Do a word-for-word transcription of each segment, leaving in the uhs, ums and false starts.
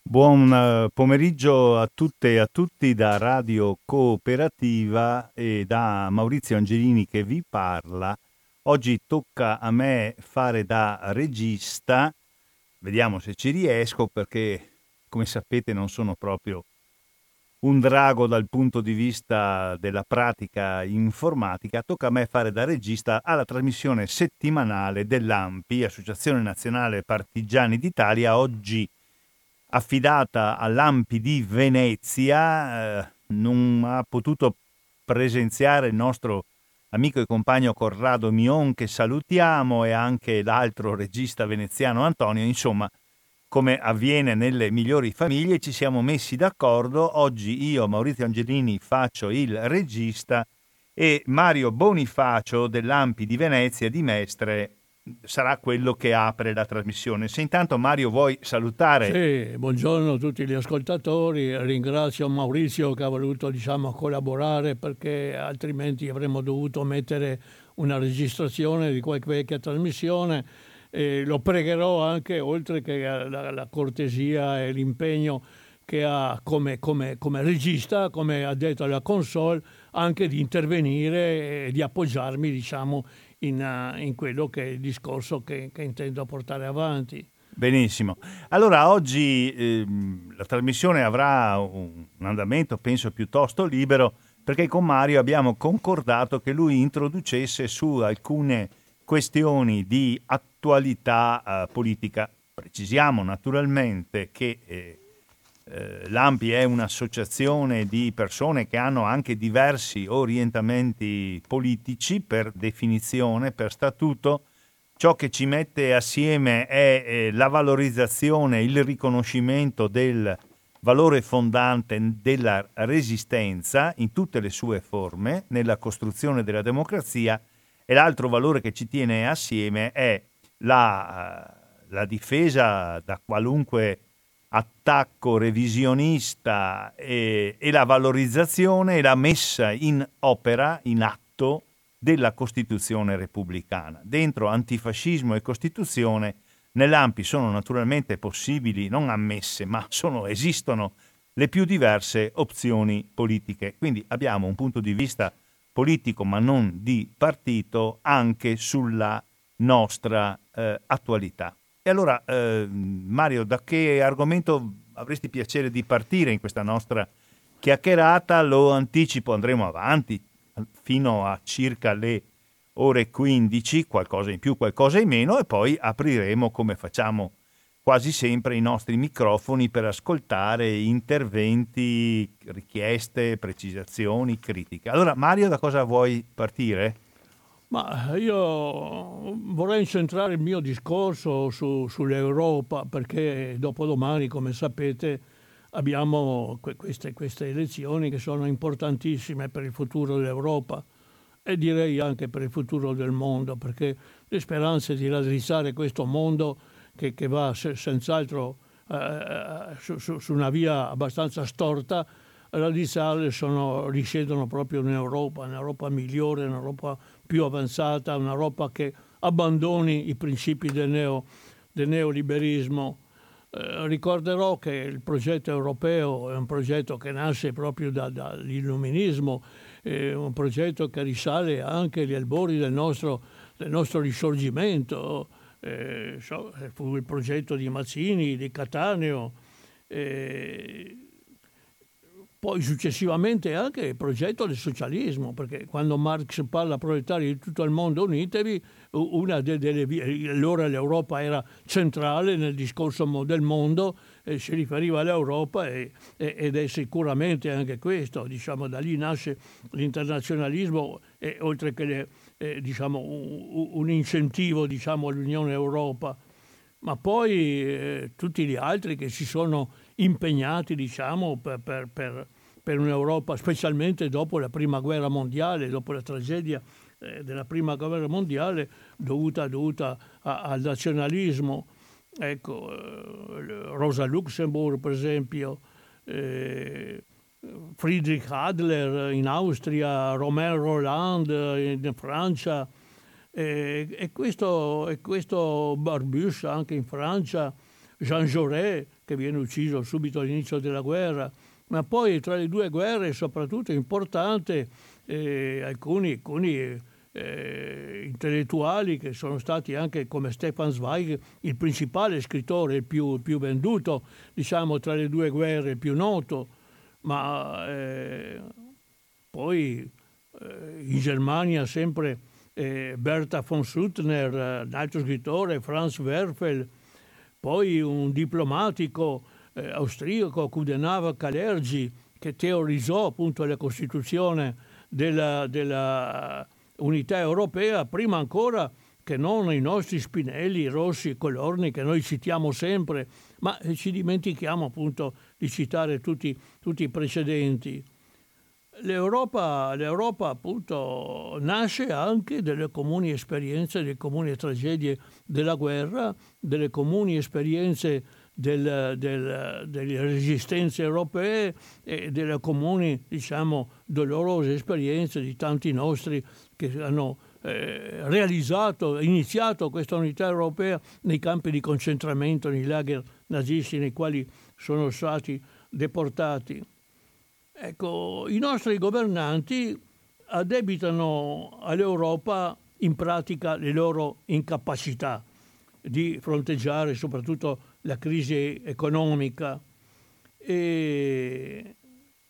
Buon eh, pomeriggio a tutte e a tutti da Radio Cooperativa e da Maurizio Angelini che vi parla. Oggi tocca a me fare da regista, vediamo se ci riesco perché come sapete non sono proprio un drago dal punto di vista della pratica informatica. Tocca a me fare da regista alla trasmissione settimanale dell'A N P I, Associazione Nazionale Partigiani d'Italia, oggi affidata all'A N P I di Venezia. Eh, non ha potuto presenziare il nostro amico e compagno Corrado Mion, che salutiamo, e anche l'altro regista veneziano Antonio. Insomma, come avviene nelle migliori famiglie, ci siamo messi d'accordo. Oggi io, Maurizio Angelini, faccio il regista e Mario Bonifacio dell'A N P I di Venezia di Mestre sarà quello che apre la trasmissione. Se intanto Mario vuoi salutare. Sì, buongiorno a tutti gli ascoltatori, ringrazio Maurizio che ha voluto diciamo, collaborare, perché altrimenti avremmo dovuto mettere una registrazione di qualche vecchia trasmissione. E lo pregherò anche, oltre che la, la cortesia e l'impegno che ha come, come, come regista, come ha detto alla console, anche di intervenire e di appoggiarmi diciamo, in, in quello che è il discorso che, che intendo portare avanti. Benissimo. Allora oggi ehm, la trasmissione avrà un, un andamento penso piuttosto libero, perché con Mario abbiamo concordato che lui introducesse su alcune questioni di attualità eh, politica. Precisiamo naturalmente che eh, eh, l'A N P I è un'associazione di persone che hanno anche diversi orientamenti politici per definizione, per statuto. Ciò che ci mette assieme è eh, la valorizzazione, il riconoscimento del valore fondante della resistenza in tutte le sue forme, nella costruzione della democrazia, e l'altro valore che ci tiene assieme è la, la difesa da qualunque attacco revisionista e, e la valorizzazione e la messa in opera, in atto, della Costituzione repubblicana. Dentro antifascismo e Costituzione nell'A N P I sono naturalmente possibili, non ammesse, ma sono, esistono le più diverse opzioni politiche. Quindi abbiamo un punto di vista politico, ma non di partito, anche sulla nostra eh, attualità. E allora, eh, Mario, da che argomento avresti piacere di partire in questa nostra chiacchierata? Lo anticipo, andremo avanti fino a circa le ore quindici, qualcosa in più, qualcosa in meno, e poi apriremo, come facciamo quasi sempre, i nostri microfoni per ascoltare interventi, richieste, precisazioni, critiche. Allora, Mario, da cosa vuoi partire? Ma io vorrei incentrare il mio discorso su, sull'Europa, perché dopodomani, come sapete, abbiamo que- queste, queste elezioni che sono importantissime per il futuro dell'Europa e direi anche per il futuro del mondo, perché le speranze di raddrizzare questo mondo che, che va se- senz'altro eh, su, su, su una via abbastanza storta, raddrizzarle sono, risiedono proprio in Europa, un'Europa migliore, un'Europa più avanzata, un'Europa che abbandoni i principi del, neo, del neoliberismo. Eh, ricorderò che il progetto europeo è un progetto che nasce proprio da, dall'illuminismo, è un progetto che risale anche agli albori del nostro, del nostro risorgimento. Eh, so, fu il progetto di Mazzini, di Cattaneo, eh, poi successivamente anche il progetto del socialismo, perché quando Marx parla proletari di tutto il mondo unitevi, una delle vie, allora l'Europa era centrale nel discorso del mondo, e si riferiva all'Europa e, e, ed è sicuramente anche questo, diciamo, da lì nasce l'internazionalismo e oltre che le, eh, diciamo, un, un incentivo diciamo, all'Unione Europa, ma poi eh, tutti gli altri che si sono impegnati diciamo, per, per, per, per un'Europa, specialmente dopo la Prima Guerra Mondiale, dopo la tragedia eh, della Prima Guerra Mondiale dovuta, dovuta a, al nazionalismo. Ecco, eh, Rosa Luxemburg, per esempio, eh, Friedrich Adler in Austria, Romain Rolland in Francia, e, e questo, e questo Barbuche anche in Francia, Jean Jaurès, che viene ucciso subito all'inizio della guerra, ma poi tra le due guerre soprattutto è importante eh, alcuni, alcuni eh, intellettuali che sono stati anche come Stefan Zweig il principale scrittore, il più, il più venduto, diciamo, tra le due guerre, il più noto, ma eh, poi eh, in Germania sempre eh, Bertha von Suttner, un altro scrittore, Franz Werfel, poi un diplomatico eh, austriaco, Kudenava Kalergi, che teorizzò appunto la costituzione della, della unità europea, prima ancora che non i nostri Spinelli, Rossi e Colorni, che noi citiamo sempre, ma ci dimentichiamo appunto di citare tutti, tutti i precedenti. L'Europa, L'Europa appunto nasce anche delle comuni esperienze, delle comuni tragedie della guerra, delle comuni esperienze del, del, delle resistenze europee e delle comuni, diciamo, dolorose esperienze di tanti nostri che hanno eh, realizzato, iniziato questa unità europea nei campi di concentramento, nei lager nazisti nei quali sono stati deportati. Ecco, i nostri governanti addebitano all'Europa in pratica le loro incapacità di fronteggiare soprattutto la crisi economica e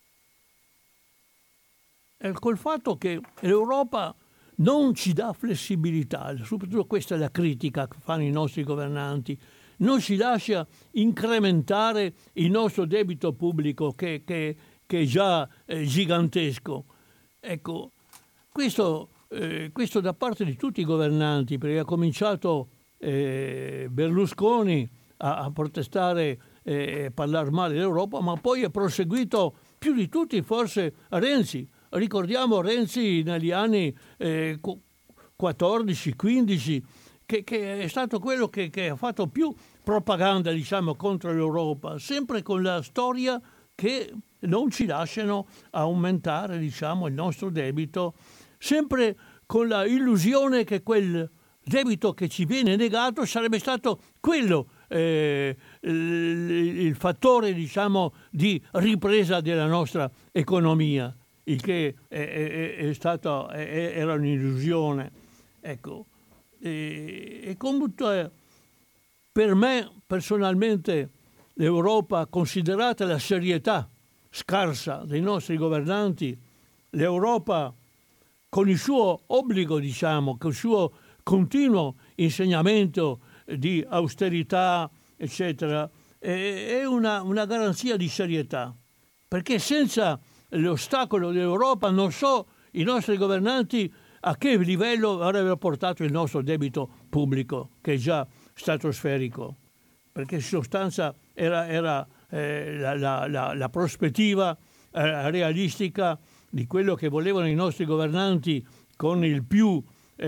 col fatto che l'Europa non ci dà flessibilità, soprattutto questa è la critica che fanno i nostri governanti, non ci lascia incrementare il nostro debito pubblico che, che che è già eh, gigantesco. Ecco, questo, eh, questo da parte di tutti i governanti, perché ha cominciato eh, Berlusconi a, a protestare e eh, parlare male dell'Europa, ma poi è proseguito più di tutti forse Renzi. Ricordiamo Renzi negli anni eh, quattordici quindici, che, che è stato quello che, che ha fatto più propaganda, diciamo, contro l'Europa, sempre con la storia che non ci lasciano aumentare, diciamo, il nostro debito, sempre con la illusione che quel debito che ci viene negato sarebbe stato quello eh, il, il fattore, diciamo, di ripresa della nostra economia, il che è, è, è stato, è, era un'illusione. Ecco, e, e comunque per me personalmente l'Europa, considerata la serietà scarsa dei nostri governanti, l'Europa con il suo obbligo, diciamo, con il suo continuo insegnamento di austerità, eccetera, è una, una garanzia di serietà, perché senza l'ostacolo dell'Europa non so i nostri governanti a che livello avrebbero portato il nostro debito pubblico, che è già stratosferico, perché in sostanza era, era eh, la, la, la, la prospettiva eh, realistica di quello che volevano i nostri governanti, con il più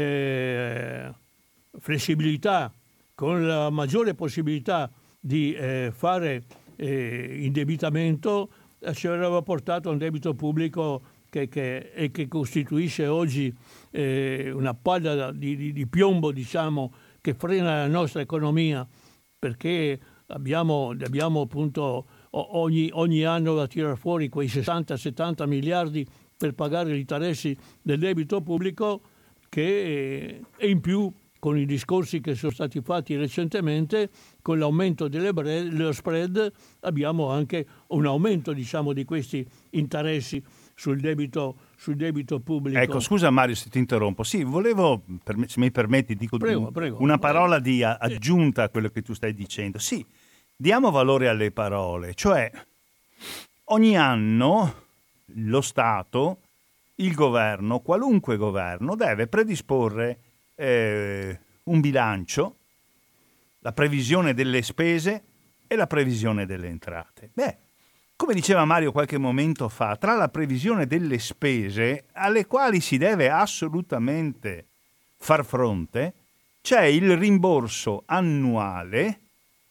eh, flessibilità, con la maggiore possibilità di eh, fare eh, indebitamento, eh, ci aveva portato a un debito pubblico che, che, e che costituisce oggi eh, una palla di, di, di piombo, diciamo, che frena la nostra economia, perché abbiamo, abbiamo appunto ogni, ogni anno da tirar fuori quei sessanta settanta miliardi per pagare gli interessi del debito pubblico, che è in più con i discorsi che sono stati fatti recentemente, con l'aumento delle bre- dello spread, abbiamo anche un aumento, diciamo, di questi interessi sul debito, sul debito pubblico. Ecco, scusa Mario se ti interrompo. Sì, volevo, se mi permetti, dico prego, prego. una parola di aggiunta a quello che tu stai dicendo. Sì, diamo valore alle parole, cioè ogni anno lo Stato, il governo, qualunque governo, deve predisporre eh, un bilancio, la previsione delle spese e la previsione delle entrate. Beh, come diceva Mario qualche momento fa, tra la previsione delle spese, alle quali si deve assolutamente far fronte, c'è il rimborso annuale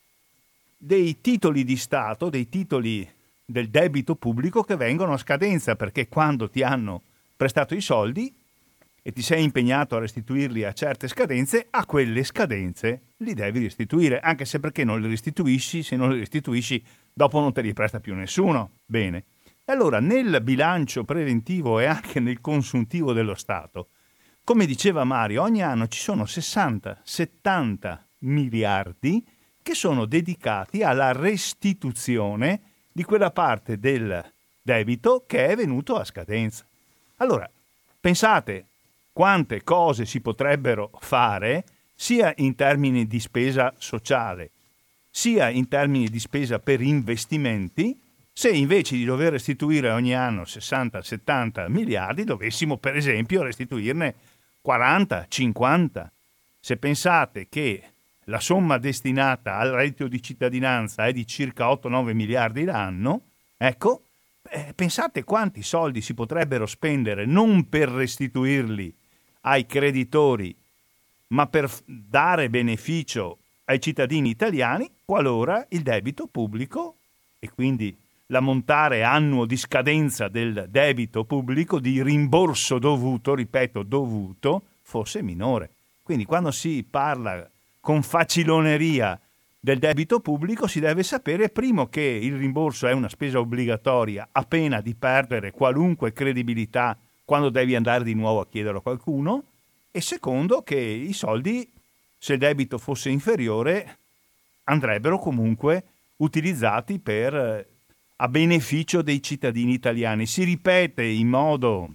dei titoli di Stato, dei titoli del debito pubblico che vengono a scadenza, perché quando ti hanno prestato i soldi e ti sei impegnato a restituirli a certe scadenze, a quelle scadenze li devi restituire, anche se perché non li restituisci, se non li restituisci dopo non te li presta più nessuno. Bene. E allora nel bilancio preventivo e anche nel consuntivo dello Stato, come diceva Mario, ogni anno ci sono sessanta settanta miliardi che sono dedicati alla restituzione di quella parte del debito che è venuto a scadenza. Allora, pensate quante cose si potrebbero fare sia in termini di spesa sociale, sia in termini di spesa per investimenti, se invece di dover restituire ogni anno sessanta settanta miliardi dovessimo per esempio restituirne quaranta cinquanta. Se pensate che la somma destinata al reddito di cittadinanza è di circa otto nove miliardi l'anno, ecco, eh, pensate quanti soldi si potrebbero spendere non per restituirli ai creditori, ma per dare beneficio ai cittadini italiani qualora il debito pubblico e quindi l'ammontare annuo di scadenza del debito pubblico, di rimborso dovuto, ripeto, dovuto, fosse minore. Quindi quando si parla con faciloneria del debito pubblico si deve sapere, primo, che il rimborso è una spesa obbligatoria a pena di perdere qualunque credibilità quando devi andare di nuovo a chiederlo a qualcuno, e secondo, che i soldi, se il debito fosse inferiore, andrebbero comunque utilizzati per a beneficio dei cittadini italiani. Si ripete in modo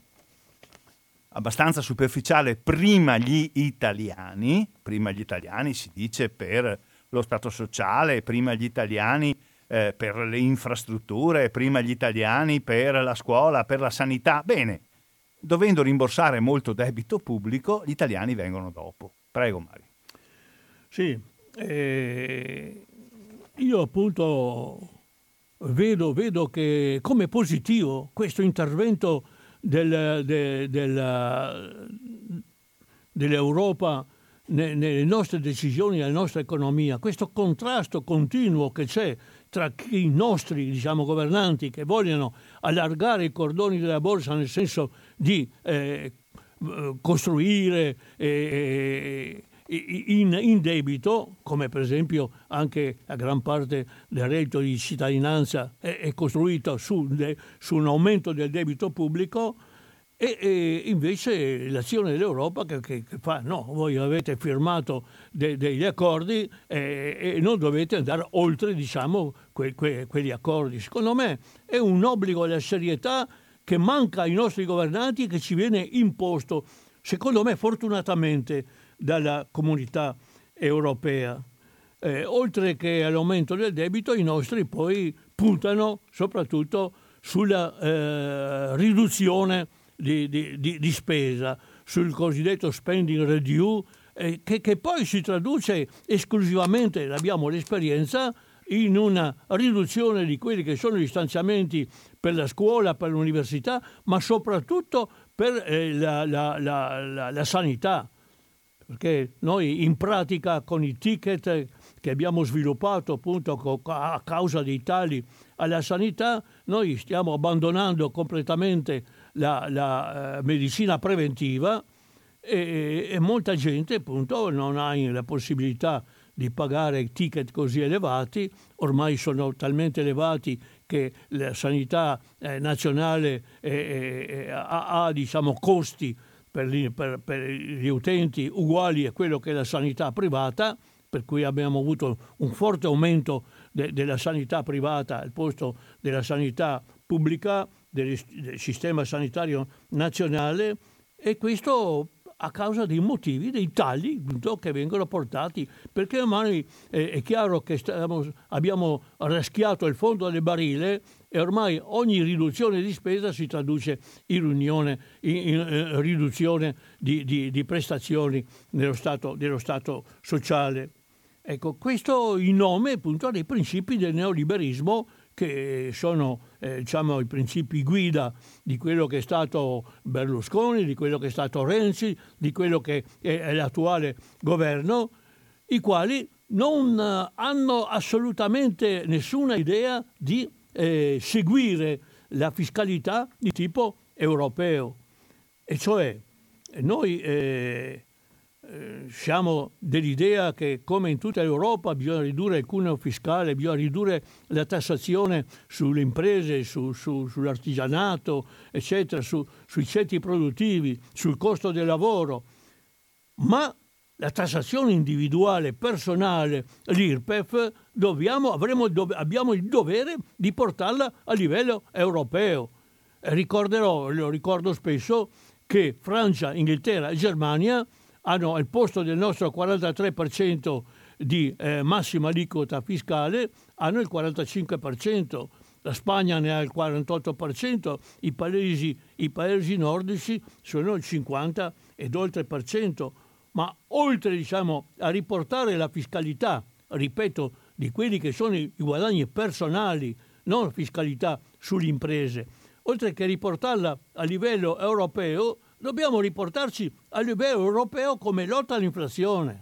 abbastanza superficiale prima gli italiani, prima gli italiani si dice per lo Stato sociale, prima gli italiani eh, per le infrastrutture, prima gli italiani per la scuola, per la sanità. Bene, dovendo rimborsare molto debito pubblico, gli italiani vengono dopo. Prego Mario. Sì, eh, io appunto vedo, vedo che come positivo questo intervento del, de, del, dell'Europa ne, nelle nostre decisioni, nella nostra economia, questo contrasto continuo che c'è tra i nostri, diciamo, governanti che vogliono allargare i cordoni della borsa nel senso di eh, costruire eh, in, in debito, come per esempio anche la gran parte del reddito di cittadinanza è, è costruita su, de, su un aumento del debito pubblico, e, e invece l'azione dell'Europa che, che, che fa no, voi avete firmato de, degli accordi e, e non dovete andare oltre, diciamo, que, que, quegli accordi. Secondo me è un obbligo della serietà che manca ai nostri governanti e che ci viene imposto, secondo me fortunatamente, dalla comunità europea. Eh, oltre che all'aumento del debito, i nostri poi puntano soprattutto sulla eh, riduzione di, di, di, di spesa, sul cosiddetto spending review, eh, che, che poi si traduce esclusivamente, abbiamo l'esperienza, in una riduzione di quelli che sono gli stanziamenti per la scuola, per l'università, ma soprattutto per eh, la, la, la, la, la sanità. Perché noi in pratica con i ticket che abbiamo sviluppato appunto a causa dei tagli alla sanità, noi stiamo abbandonando completamente la, la uh, medicina preventiva e, e molta gente appunto non ha la possibilità di pagare ticket così elevati, ormai sono talmente elevati che la sanità eh, nazionale eh, eh, ha, ha diciamo costi Per gli, per, per gli utenti uguali a quello che è la sanità privata, per cui abbiamo avuto un forte aumento de, della sanità privata al posto della sanità pubblica, del, del sistema sanitario nazionale, e questo a causa dei motivi, dei tagli che vengono portati, perché ormai eh, è chiaro che stiamo, abbiamo raschiato il fondo del barile e ormai ogni riduzione di spesa si traduce in, riunione, in, in eh, riduzione di, di, di prestazioni nello stato, dello stato sociale. Ecco, questo in nome appunto dei principi del neoliberismo, che sono eh, diciamo i principi guida di quello che è stato Berlusconi, di quello che è stato Renzi, di quello che è l'attuale governo, i quali non eh, hanno assolutamente nessuna idea di eh, seguire la fiscalità di tipo europeo, e cioè noi eh, eh, siamo dell'idea che, come in tutta Europa, bisogna ridurre il cuneo fiscale, bisogna ridurre la tassazione sulle imprese, su, su, sull'artigianato, eccetera, su, sui ceti produttivi, sul costo del lavoro. Ma la tassazione individuale, personale, l'I R P E F, dobbiamo, avremo, dov- abbiamo il dovere di portarla a livello europeo. E ricorderò, lo ricordo spesso, che Francia, Inghilterra e Germania hanno al posto del nostro quarantatré per cento di eh, massima aliquota fiscale, hanno il quarantacinque per cento. La Spagna ne ha il quarantotto per cento, i paesi, i paesi nordici sono il cinquanta ed oltre per cento. Ma oltre, diciamo, a riportare la fiscalità, ripeto, di quelli che sono i guadagni personali, non fiscalità sulle imprese, oltre che riportarla a livello europeo, dobbiamo riportarci a livello europeo come lotta all'inflazione.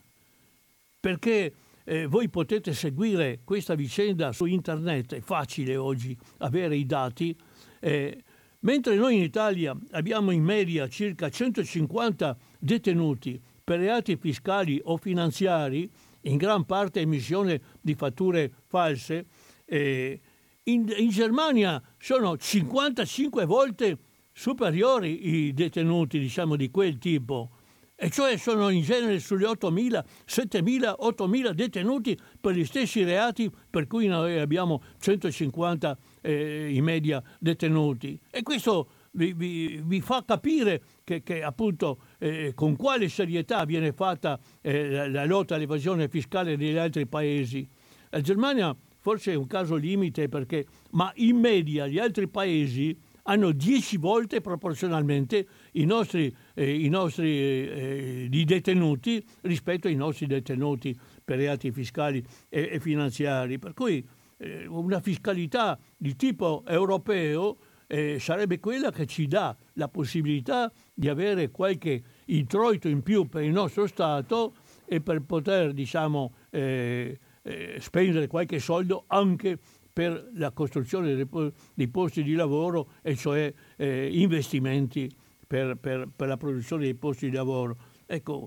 Perché eh, voi potete seguire questa vicenda su internet, è facile oggi avere i dati, eh, mentre noi in Italia abbiamo in media circa centocinquanta detenuti per reati fiscali o finanziari, in gran parte emissione di fatture false, eh, in, in Germania sono cinquantacinque volte superiori i detenuti, diciamo, di quel tipo, e cioè sono in genere sulle ottomila, settemila, ottomila detenuti per gli stessi reati per cui noi abbiamo centocinquanta eh, in media detenuti. E questo vi, vi, vi fa capire che, che appunto eh, con quale serietà viene fatta eh, la, la lotta all'evasione fiscale negli altri paesi. La Germania forse è un caso limite, perché, ma in media gli altri paesi hanno dieci volte proporzionalmente i nostri, eh, i nostri eh, di detenuti rispetto ai nostri detenuti per reati fiscali e, e finanziari. Per cui eh, una fiscalità di tipo europeo eh, sarebbe quella che ci dà la possibilità di avere qualche introito in più per il nostro Stato e per poter, diciamo, eh, eh, spendere qualche soldo anche per la costruzione dei, dei posti di lavoro, e cioè eh, investimenti per, per, per la produzione dei posti di lavoro. Ecco,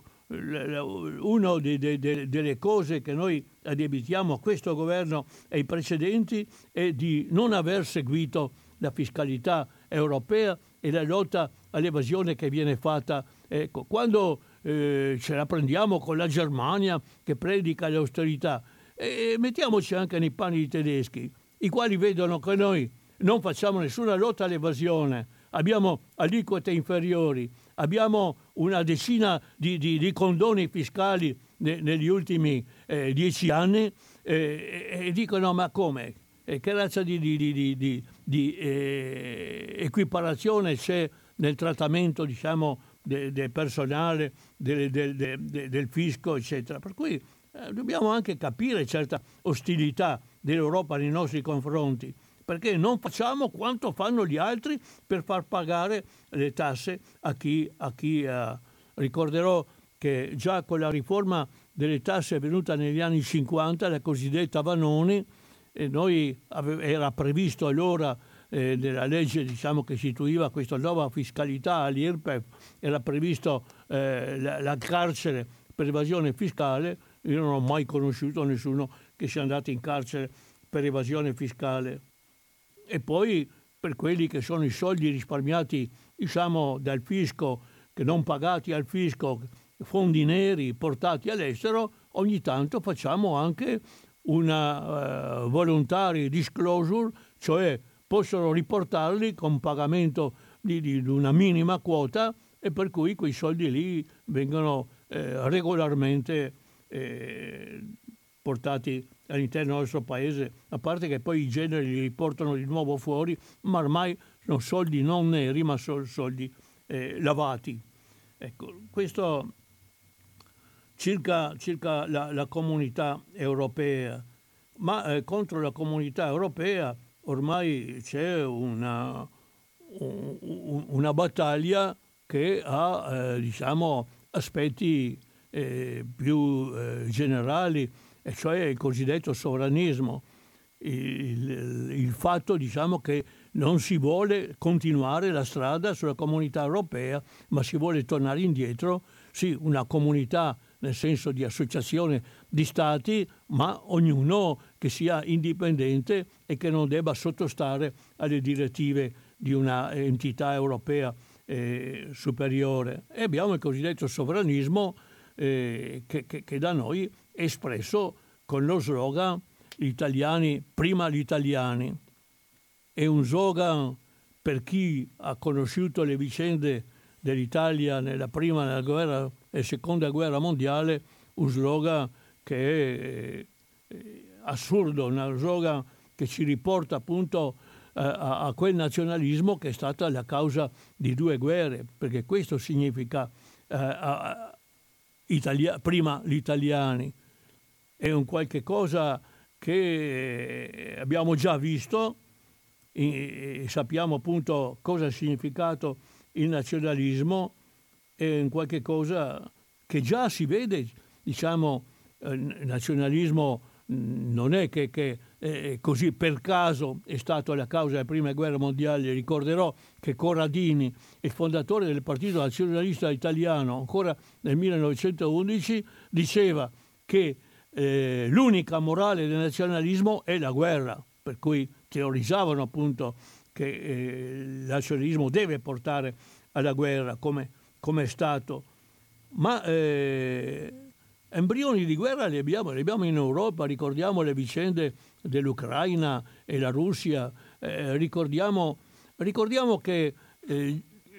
una delle cose che noi addebitiamo a questo governo e ai precedenti è di non aver seguito la fiscalità europea e la lotta all'evasione che viene fatta. Ecco, quando eh, ce la prendiamo con la Germania che predica l'austerità, e mettiamoci anche nei panni dei tedeschi, i quali vedono che noi non facciamo nessuna lotta all'evasione, abbiamo aliquote inferiori, abbiamo una decina di, di, di condoni fiscali ne, negli ultimi eh, dieci anni eh, e dicono: ma come? E che razza di, di, di, di, di eh, equiparazione c'è nel trattamento, diciamo, del de personale, de, de, de, de, del fisco, eccetera. Per cui Eh, dobbiamo anche capire certa ostilità dell'Europa nei nostri confronti, perché non facciamo quanto fanno gli altri per far pagare le tasse a chi, a chi eh, ricorderò che già con la riforma delle tasse avvenuta negli anni cinquanta, la cosiddetta Vanoni, e noi ave, era previsto allora eh, nella legge, diciamo, che istituiva questa nuova fiscalità all'I R P E F, era previsto eh, la, la carcere per evasione fiscale. Io non ho mai conosciuto nessuno che sia andato in carcere per evasione fiscale. E poi per quelli che sono i soldi risparmiati, diciamo, dal fisco, che non pagati al fisco, fondi neri portati all'estero, ogni tanto facciamo anche una uh, voluntary disclosure, cioè possono riportarli con pagamento di, di una minima quota, e per cui quei soldi lì vengono eh, regolarmente Eh, portati all'interno del nostro paese, a parte che poi i generi li riportano di nuovo fuori, ma ormai sono soldi non neri, ma sono soldi eh, lavati. Ecco, questo circa, circa la, la comunità europea, ma eh, contro la comunità europea ormai c'è una, un, una battaglia che ha eh, diciamo aspetti Eh, più eh, generali, e cioè il cosiddetto sovranismo. il, il fatto, diciamo, che non si vuole continuare la strada sulla comunità europea, ma si vuole tornare indietro, sì, una comunità nel senso di associazione di stati, ma ognuno che sia indipendente e che non debba sottostare alle direttive di una entità europea eh, superiore. E abbiamo il cosiddetto sovranismo eh, che, che, che da noi è espresso con lo slogan "Gli italiani prima gli italiani". È un slogan, per chi ha conosciuto le vicende dell'Italia nella prima nella guerra e seconda guerra mondiale, un slogan che è, è assurdo, un slogan che ci riporta appunto eh, a, a quel nazionalismo che è stata la causa di due guerre, perché questo significa eh, a, Italia, prima gli italiani. È un qualche cosa che abbiamo già visto e, e sappiamo appunto cosa ha significato il nazionalismo. È un qualche cosa che già si vede, diciamo, il nazionalismo non è che, che eh, così per caso è stato la causa della prima guerra mondiale. Ricorderò che Corradini, il fondatore del Partito Nazionalista Italiano, ancora nel millenovecentoundici, diceva che eh, l'unica morale del nazionalismo è la guerra, per cui teorizzavano appunto che eh, il nazionalismo deve portare alla guerra, come, come è stato. Ma eh, embrioni di guerra li abbiamo, li abbiamo in Europa. Ricordiamo le vicende dell'Ucraina e la Russia, eh, ricordiamo, ricordiamo che eh,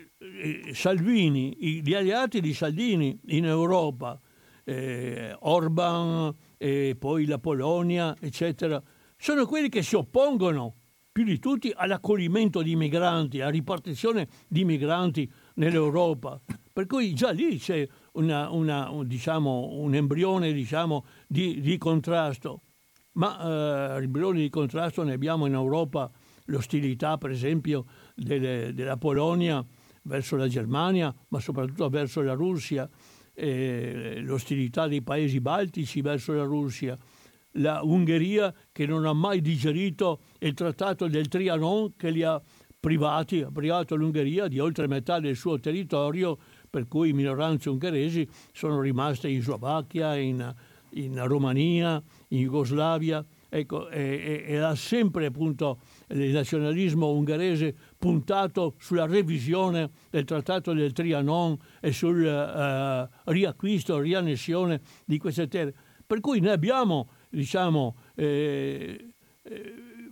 Salvini, gli alleati di Salvini in Europa, eh, Orban e poi la Polonia, eccetera, sono quelli che si oppongono più di tutti all'accoglimento di migranti, alla ripartizione di migranti nell'Europa. Per cui già lì c'è una, una, un, diciamo, un embrione, diciamo, di, di contrasto. Ma eh, embrioni di contrasto ne abbiamo in Europa, l'ostilità per esempio delle, della Polonia verso la Germania, ma soprattutto verso la Russia, eh, l'ostilità dei paesi baltici verso la Russia, la Ungheria che non ha mai digerito il trattato del Trianon, che li ha privati, ha privato l'Ungheria di oltre metà del suo territorio, per cui minoranze ungheresi sono rimaste in Slovacchia, in, in Romania, in Jugoslavia. Ecco, e, e, e ha sempre appunto il nazionalismo ungherese puntato sulla revisione del trattato del Trianon e sul uh, riacquisto, riannessione di queste terre. Per cui noi abbiamo, diciamo, eh, eh,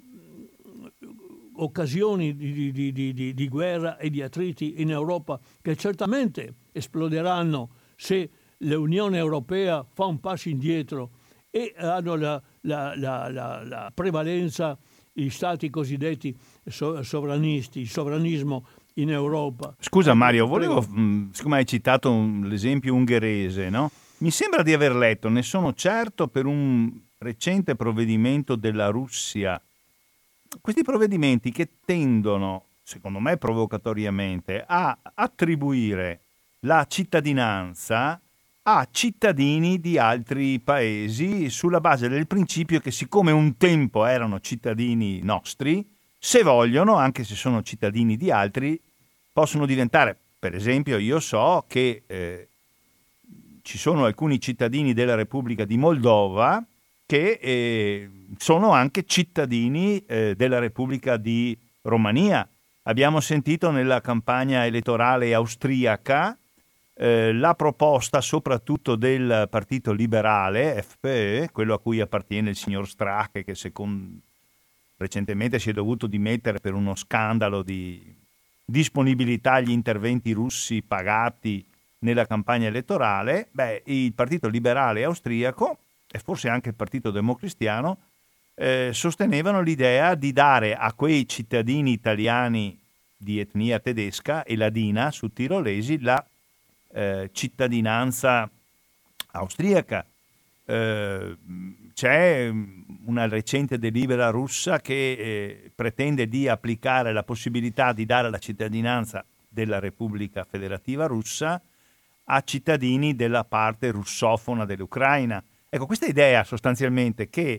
occasioni di, di, di, di, di guerra e di attriti in Europa che certamente esploderanno se l'Unione Europea fa un passo indietro e hanno la, la, la, la, la prevalenza gli stati cosiddetti sovranisti, il sovranismo in Europa. Scusa Mario, volevo, mh, siccome hai citato un, l'esempio ungherese, no? Mi sembra di aver letto, ne sono certo, per un recente provvedimento della Russia, questi provvedimenti che tendono, secondo me provocatoriamente, a attribuire la cittadinanza a cittadini di altri paesi sulla base del principio che, siccome un tempo erano cittadini nostri, se vogliono, anche se sono cittadini di altri, possono diventare. Per esempio, io so che eh, ci sono alcuni cittadini della Repubblica di Moldova che eh, sono anche cittadini eh, della Repubblica di Romania. Abbiamo sentito nella campagna elettorale austriaca eh, la proposta soprattutto del Partito Liberale, F P E, quello a cui appartiene il signor Strache, che secondo, recentemente si è dovuto dimettere per uno scandalo di disponibilità agli interventi russi pagati nella campagna elettorale. Beh, il Partito Liberale austriaco e forse anche il Partito Democristiano eh, sostenevano l'idea di dare a quei cittadini italiani di etnia tedesca e ladina sudtirolesi la eh, cittadinanza austriaca. Eh, c'è una recente delibera russa che eh, pretende di applicare la possibilità di dare la cittadinanza della Repubblica Federativa Russa a cittadini della parte russofona dell'Ucraina. Ecco, questa idea sostanzialmente che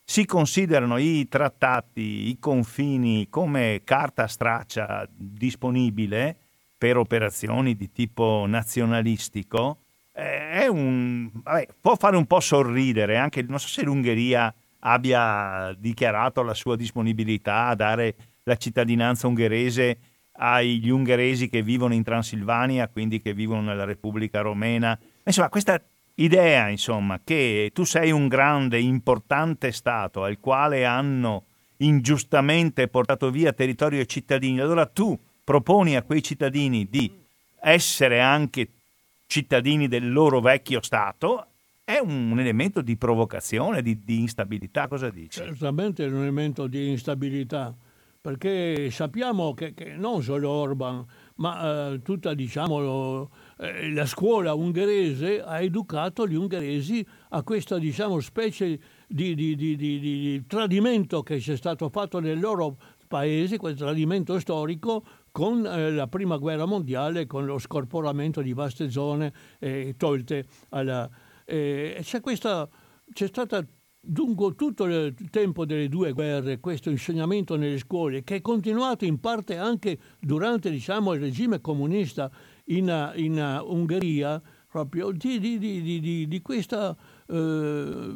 si considerano i trattati, i confini come carta straccia disponibile per operazioni di tipo nazionalistico, eh, è un, vabbè, può fare un po' sorridere. Anche, non so se l'Ungheria abbia dichiarato la sua disponibilità a dare la cittadinanza ungherese agli ungheresi che vivono in Transilvania, quindi che vivono nella Repubblica Romena. Insomma, questa idea, insomma, che tu sei un grande, importante Stato al quale hanno ingiustamente portato via territorio e cittadini, allora tu proponi a quei cittadini di essere anche cittadini del loro vecchio Stato, è un elemento di provocazione, di, di instabilità. Cosa dici? Certamente è un elemento di instabilità, perché sappiamo che, che non solo Orban, ma eh, tutta, diciamo, eh, la scuola ungherese ha educato gli ungheresi a questa, diciamo, specie di, di, di, di, di tradimento che c'è stato fatto nel loro paese, quel tradimento storico con eh, la prima guerra mondiale, con lo scorporamento di vaste zone eh, tolte alla... Eh, c'è questa... c'è stata lungo tutto il tempo delle due guerre questo insegnamento nelle scuole, che è continuato in parte anche durante, diciamo, il regime comunista in, in Ungheria, proprio di, di, di, di, di questa eh,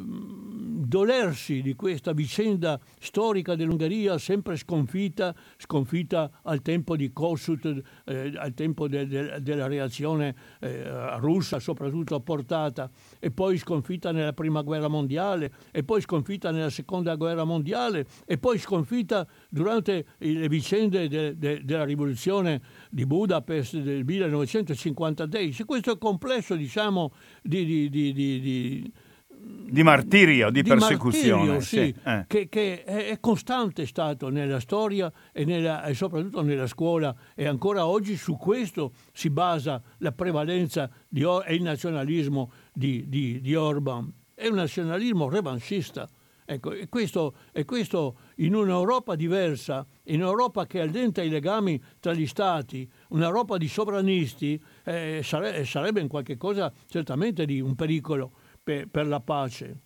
dolersi di questa vicenda storica dell'Ungheria, sempre sconfitta, sconfitta al tempo di Kossuth, eh, al tempo de, de, della reazione eh, russa, soprattutto portata, e poi sconfitta nella prima guerra mondiale, e poi sconfitta nella seconda guerra mondiale, e poi sconfitta durante le vicende de, de, della rivoluzione di Budapest del millenovecentocinquantasei. C'è questo complesso, diciamo, di, di, di, di, di di martirio, di, di persecuzione, martirio, sì, sì. eh. che, che è, è costante stato nella storia e, nella, e soprattutto nella scuola, e ancora oggi su questo si basa la prevalenza di, e il nazionalismo di, di, di Orban. È un nazionalismo revanchista. Ecco, e questo, e questo in un'Europa diversa, in un'Europa che allenta i legami tra gli stati, un'Europa di sovranisti, eh, sare, sarebbe in qualche cosa certamente di un pericolo per, per la pace.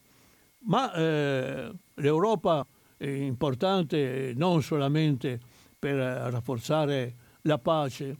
Ma eh, l'Europa è importante non solamente per rafforzare la pace,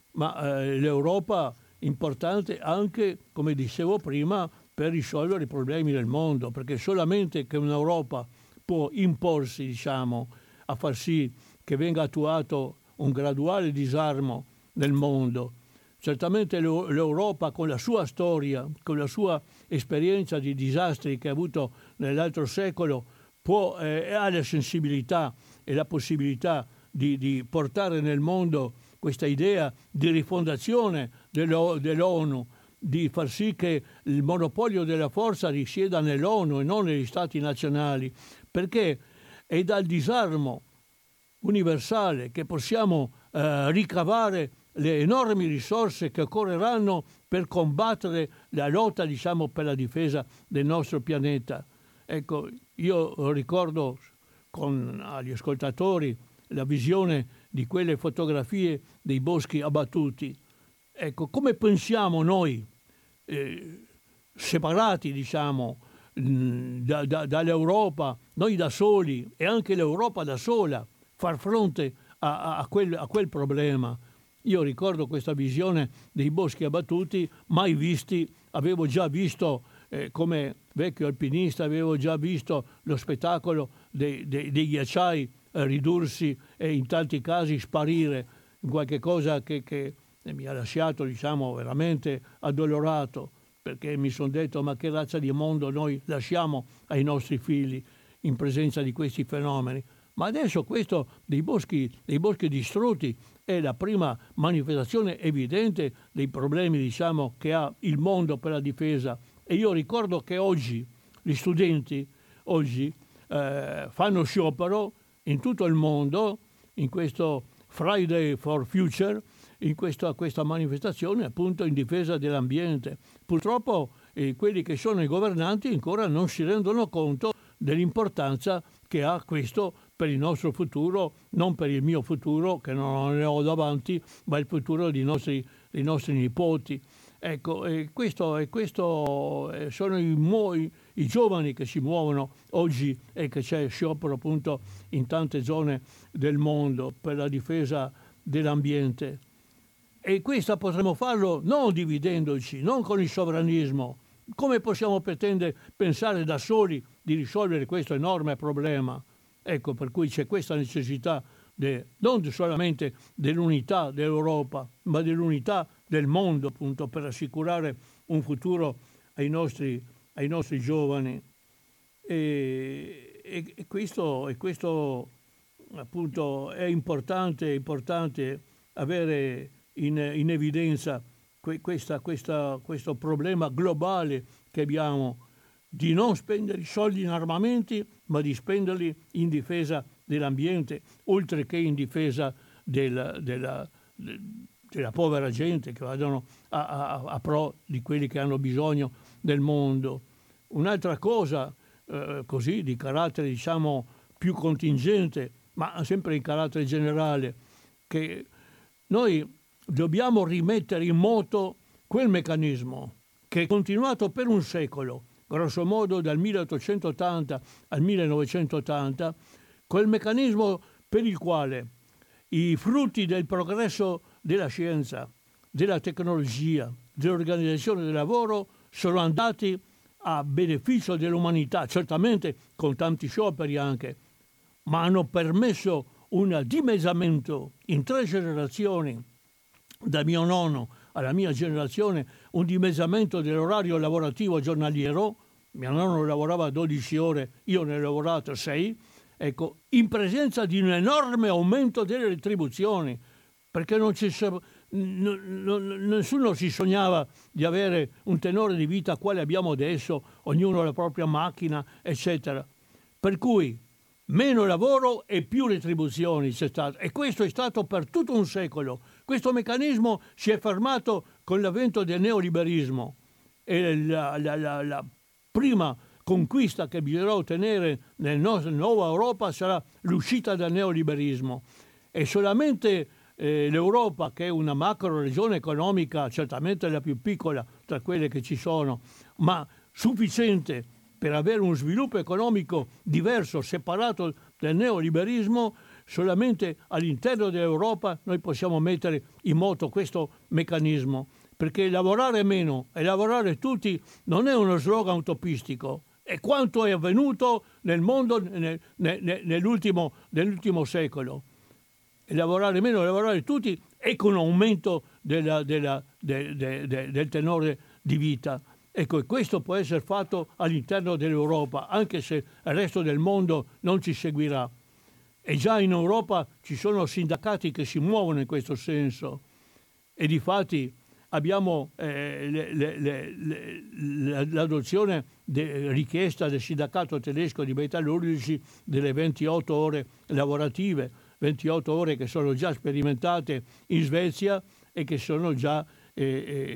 ma eh, l'Europa è importante anche, come dicevo prima, per risolvere i problemi del mondo, perché solamente che un'Europa può imporsi, diciamo, a far sì che venga attuato un graduale disarmo nel mondo. Certamente l'Europa, con la sua storia, con la sua esperienza di disastri che ha avuto nell'altro secolo, può, eh, ha la sensibilità e la possibilità di, di portare nel mondo questa idea di rifondazione dell'ONU, di far sì che il monopolio della forza risieda nell'ONU e non negli stati nazionali, perché è dal disarmo universale che possiamo eh, ricavare le enormi risorse che occorreranno per combattere la lotta, diciamo, per la difesa del nostro pianeta. Ecco, io ricordo con agli ascoltatori la visione di quelle fotografie dei boschi abbattuti. Ecco, come pensiamo noi, eh, separati, diciamo, da, da, dall'Europa, noi da soli, e anche l'Europa da sola, far fronte a, a, quel, a quel problema? Io ricordo questa visione dei boschi abbattuti, mai visti, avevo già visto, eh, come vecchio alpinista, avevo già visto lo spettacolo dei, dei, dei ghiacciai eh, ridursi e in tanti casi sparire, in qualche cosa che, che mi ha lasciato, diciamo, veramente addolorato, perché mi sono detto: ma che razza di mondo noi lasciamo ai nostri figli in presenza di questi fenomeni? Ma adesso questo dei boschi, dei boschi distrutti è la prima manifestazione evidente dei problemi, diciamo, che ha il mondo per la difesa. E io ricordo che oggi gli studenti oggi eh, fanno sciopero in tutto il mondo, in questo Friday for Future, in questa, questa manifestazione appunto in difesa dell'ambiente. Purtroppo eh, quelli che sono i governanti ancora non si rendono conto dell'importanza che ha questo per il nostro futuro, non per il mio futuro che non ne ho davanti, ma il futuro dei nostri, dei nostri nipoti. Ecco, e questo, e questo sono i, mo, i, i giovani che si muovono oggi e che c'è sciopero appunto in tante zone del mondo per la difesa dell'ambiente. E questo potremmo farlo non dividendoci, non con il sovranismo. Come possiamo pretendere, pensare da soli di risolvere questo enorme problema? Ecco, per cui c'è questa necessità de, non solamente dell'unità dell'Europa, ma dell'unità del mondo, appunto, per assicurare un futuro ai nostri, ai nostri giovani. E, e, e, questo, e questo appunto è importante, è importante avere in, in evidenza que, questa, questa, questo problema globale che abbiamo di non spendere i soldi in armamenti, ma di spenderli in difesa dell'ambiente, oltre che in difesa del, della, della povera gente, che vadano a, a, a pro di quelli che hanno bisogno del mondo. Un'altra cosa, eh, così, di carattere, diciamo, più contingente, ma sempre in carattere generale, che noi dobbiamo rimettere in moto quel meccanismo che è continuato per un secolo, grosso modo dal milleottocentottanta al millenovecentottanta, quel meccanismo per il quale i frutti del progresso della scienza, della tecnologia, dell'organizzazione del lavoro sono andati a beneficio dell'umanità, certamente con tanti scioperi anche, ma hanno permesso un dimezzamento in tre generazioni, da mio nonno alla mia generazione, un dimezzamento dell'orario lavorativo giornaliero. Mio nonno lavorava dodici ore, io ne ho lavorato sei, ecco, in presenza di un enorme aumento delle retribuzioni, perché non ci, n- n- nessuno si sognava di avere un tenore di vita quale abbiamo adesso, ognuno la propria macchina, eccetera. Per cui meno lavoro e più retribuzioni c'è stato, e questo è stato per tutto un secolo. Questo meccanismo si è fermato con l'avvento del neoliberismo, e la, la, la, la prima conquista che bisognerà ottenere nella nostra nuova Europa sarà l'uscita dal neoliberismo, e solamente eh, l'Europa, che è una macro regione economica, certamente la più piccola tra quelle che ci sono, ma sufficiente per avere uno sviluppo economico diverso, separato dal neoliberismo, solamente all'interno dell'Europa noi possiamo mettere in moto questo meccanismo, perché lavorare meno e lavorare tutti non è uno slogan utopistico, è quanto è avvenuto nel mondo nel, nel, nell'ultimo, nell'ultimo secolo. E lavorare meno e lavorare tutti è con un aumento della, della, de, de, de, del tenore di vita. Ecco, e questo può essere fatto all'interno dell'Europa, anche se il resto del mondo non ci seguirà. E già in Europa ci sono sindacati che si muovono in questo senso, e difatti abbiamo eh, le, le, le, le, l'adozione de, richiesta del sindacato tedesco di metallurgici delle ventotto ore lavorative, ventotto ore che sono già sperimentate in Svezia e che sono già eh,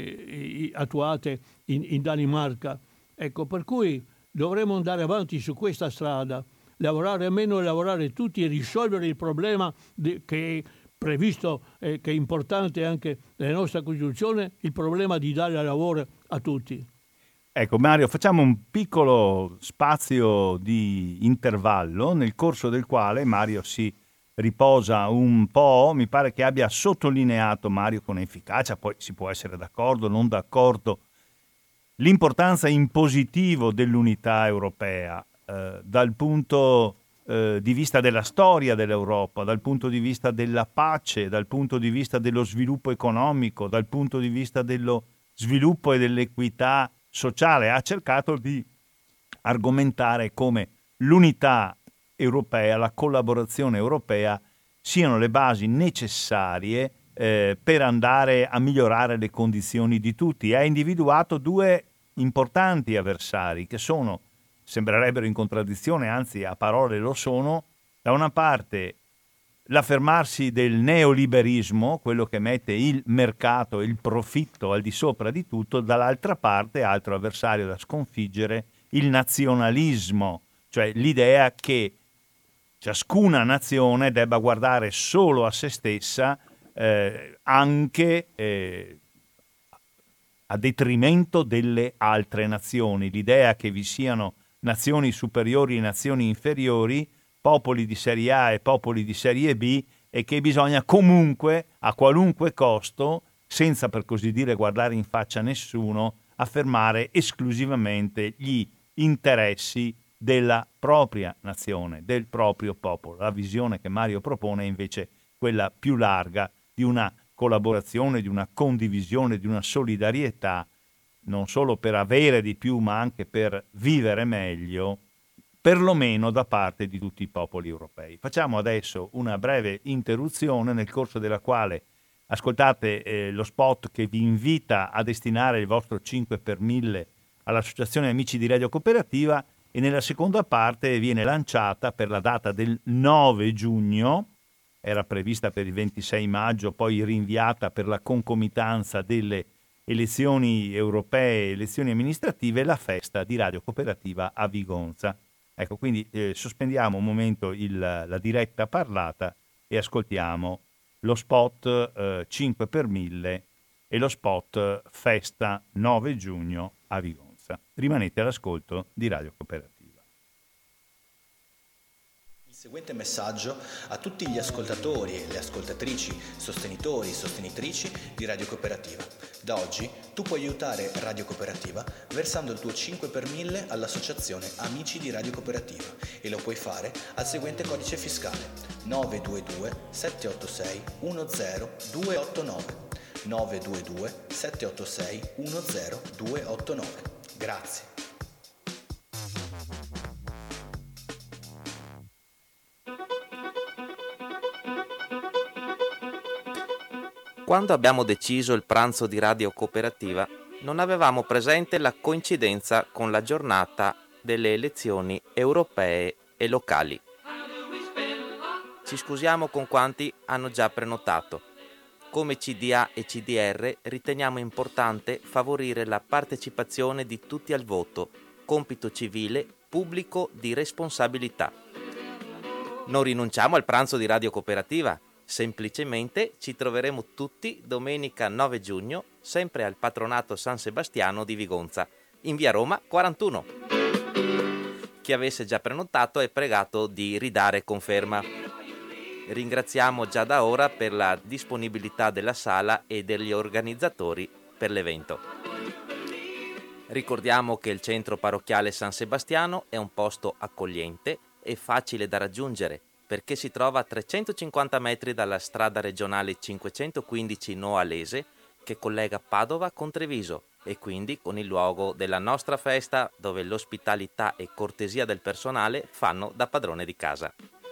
eh, attuate in, in Danimarca. Ecco, per cui dovremo andare avanti su questa strada, lavorare meno e lavorare tutti, e risolvere il problema di, che è previsto, eh, che è importante anche nella nostra Costituzione, il problema di dare lavoro a tutti. Ecco Mario, facciamo un piccolo spazio di intervallo nel corso del quale Mario si riposa un po', mi pare che abbia sottolineato Mario con efficacia, poi si può essere d'accordo o non d'accordo, l'importanza in positivo dell'unità europea eh, dal punto eh, di vista della storia dell'Europa, dal punto di vista della pace, dal punto di vista dello sviluppo economico, dal punto di vista dello sviluppo e dell'equità sociale. Ha cercato di argomentare come l'unità europea, la collaborazione europea siano le basi necessarie eh, per andare a migliorare le condizioni di tutti. Ha individuato due importanti avversari che sono, sembrerebbero in contraddizione, anzi a parole lo sono. Da una parte l'affermarsi del neoliberismo, quello che mette il mercato e il profitto al di sopra di tutto, dall'altra parte, altro avversario da sconfiggere, il nazionalismo, cioè l'idea che ciascuna nazione debba guardare solo a se stessa, eh, anche eh, a detrimento delle altre nazioni. L'idea che vi siano nazioni superiori e nazioni inferiori, popoli di serie A e popoli di serie B, e che bisogna comunque, a qualunque costo, senza per così dire guardare in faccia a nessuno, affermare esclusivamente gli interessi della propria nazione, del proprio popolo. La visione che Mario propone è invece quella più larga di una collaborazione, di una condivisione, di una solidarietà, non solo per avere di più, ma anche per vivere meglio, perlomeno da parte di tutti i popoli europei. Facciamo adesso una breve interruzione nel corso della quale ascoltate eh, lo spot che vi invita a destinare il vostro cinque per mille all'Associazione Amici di Radio Cooperativa, e nella seconda parte viene lanciata per la data del nove giugno, era prevista per il ventisei maggio, poi rinviata per la concomitanza delle elezioni europee e elezioni amministrative, la festa di Radio Cooperativa a Vigonza. Ecco, quindi eh, sospendiamo un momento il, la diretta parlata e ascoltiamo lo spot eh, cinque per mille e lo spot festa nove giugno a Vigonza. Rimanete all'ascolto di Radio Cooperativa. Il seguente messaggio a tutti gli ascoltatori e le ascoltatrici, sostenitori e sostenitrici di Radio Cooperativa. Da oggi tu puoi aiutare Radio Cooperativa versando il tuo cinque per mille all'Associazione Amici di Radio Cooperativa, e lo puoi fare al seguente codice fiscale nove due due sette otto sei uno zero due otto nove nove due due sette otto sei uno zero due otto nove. Grazie. Quando abbiamo deciso il pranzo di Radio Cooperativa, non avevamo presente la coincidenza con la giornata delle elezioni europee e locali. Ci scusiamo con quanti hanno già prenotato. Come C D A e C D R riteniamo importante favorire la partecipazione di tutti al voto, compito civile, pubblico di responsabilità. Non rinunciamo al pranzo di Radio Cooperativa, semplicemente ci troveremo tutti domenica nove giugno, sempre al Patronato San Sebastiano di Vigonza, in via Roma quarantuno. Chi avesse già prenotato è pregato di ridare conferma. Ringraziamo già da ora per la disponibilità della sala e degli organizzatori per l'evento. Ricordiamo che il centro parrocchiale San Sebastiano è un posto accogliente e facile da raggiungere, perché si trova a trecentocinquanta metri dalla strada regionale cinquecentoquindici Noalese, che collega Padova con Treviso, e quindi con il luogo della nostra festa, dove l'ospitalità e cortesia del personale fanno da padrone di casa.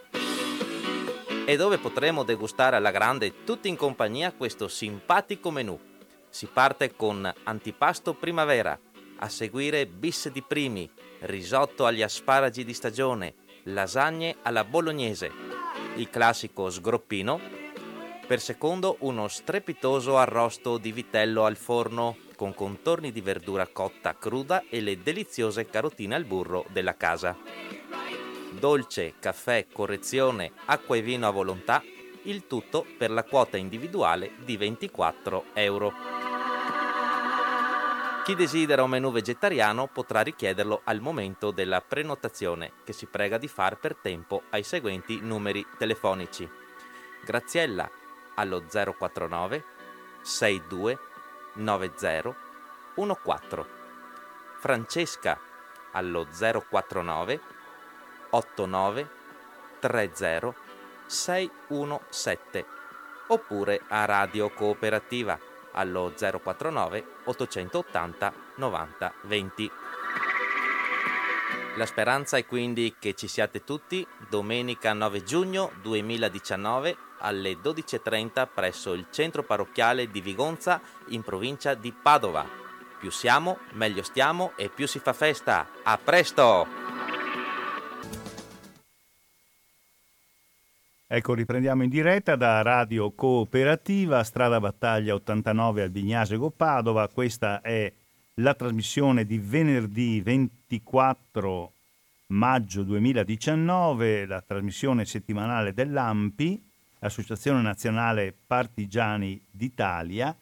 E dove potremo degustare alla grande, tutti in compagnia, questo simpatico menù. Si parte con antipasto primavera, a seguire bis di primi, risotto agli asparagi di stagione, lasagne alla bolognese, il classico sgroppino, per secondo uno strepitoso arrosto di vitello al forno con contorni di verdura cotta cruda e le deliziose carotine al burro della casa. Dolce, caffè, correzione, acqua e vino a volontà, il tutto per la quota individuale di ventiquattro euro. Chi desidera un menù vegetariano potrà richiederlo al momento della prenotazione, che si prega di far per tempo ai seguenti numeri telefonici: Graziella allo zero quattro nove sei due nove zero uno quattro, Francesca allo zero quattro nove otto nove tre zero sei uno sette, oppure a Radio Cooperativa allo zero quattro nove ottocentottanta novanta venti. La speranza è quindi che ci siate tutti domenica nove giugno duemiladiciannove alle dodici e trenta presso il centro parrocchiale di Vigonza, in provincia di Padova. Più siamo, meglio stiamo e più si fa festa. A presto! Ecco, riprendiamo in diretta da Radio Cooperativa, strada Battaglia ottantanove al Bignasego Padova. Questa è la trasmissione di venerdì ventiquattro maggio duemiladiciannove, la trasmissione settimanale dell'A N P I, Associazione Nazionale Partigiani d'Italia.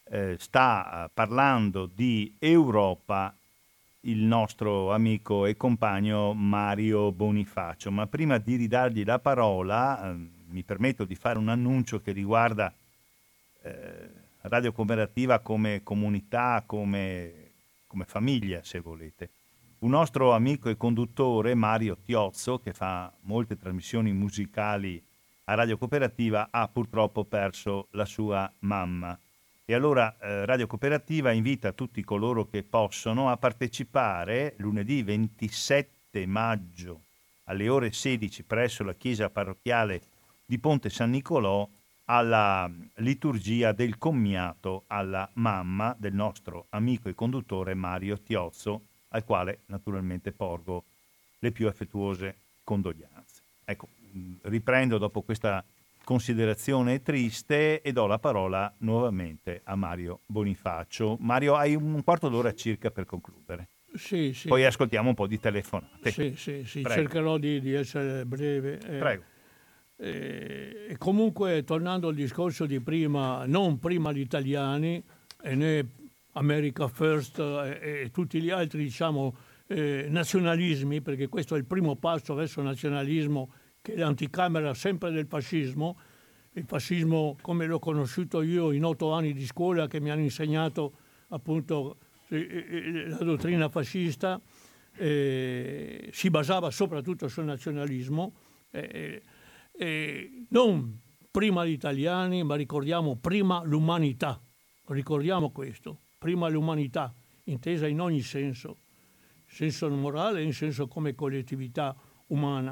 eh, sta eh, parlando di Europa il nostro amico e compagno Mario Bonifacio. Ma prima di ridargli la parola, eh, mi permetto di fare un annuncio che riguarda eh, Radio Cooperativa come comunità, come, come famiglia, se volete. Un nostro amico e conduttore, Mario Tiozzo, che fa molte trasmissioni musicali a Radio Cooperativa, ha purtroppo perso la sua mamma. E allora eh, Radio Cooperativa invita tutti coloro che possono a partecipare lunedì ventisette maggio alle ore sedici presso la chiesa parrocchiale di Ponte San Nicolò alla liturgia del commiato alla mamma del nostro amico e conduttore Mario Tiozzo, al quale naturalmente porgo le più affettuose condoglianze. Ecco, riprendo dopo questa considerazione triste e do la parola nuovamente a Mario Bonifacio. Mario, hai un quarto d'ora circa per concludere. Sì, sì. Poi ascoltiamo un po' di telefonate. Sì, sì, sì. Prego. Cercherò di, di essere breve. Eh, Prego. eh, e comunque, tornando al discorso di prima, non prima gli italiani, e né America First e, e tutti gli altri, diciamo, eh, nazionalismi, perché questo è il primo passo verso il nazionalismo, che è l'anticamera sempre del fascismo, il fascismo come l'ho conosciuto io in otto anni di scuola che mi hanno insegnato appunto la dottrina fascista, eh, si basava soprattutto sul nazionalismo, eh, eh, non prima gli italiani, ma ricordiamo prima l'umanità, ricordiamo questo, prima l'umanità, intesa in ogni senso, in senso morale e in senso come collettività umana.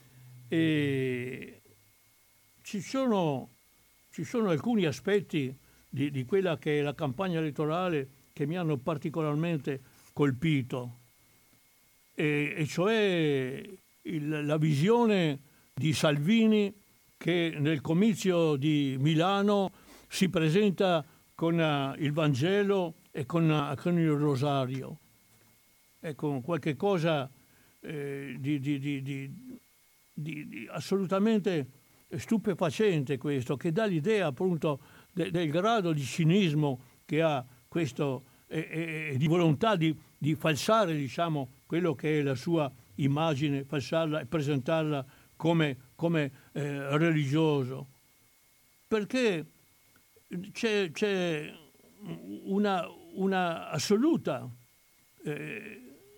E ci sono, ci sono alcuni aspetti di, di quella che è la campagna elettorale che mi hanno particolarmente colpito, e, e cioè il, la visione di Salvini che nel comizio di Milano si presenta con uh, il Vangelo e con, uh, con il Rosario, e con qualche cosa eh, di, di, di, di Di, di assolutamente stupefacente, questo che dà l'idea appunto de, del grado di cinismo che ha questo e, e, e di volontà di, di falsare, diciamo, quello che è la sua immagine, falsarla e presentarla come, come eh, religioso, perché c'è, c'è una, una assoluta eh,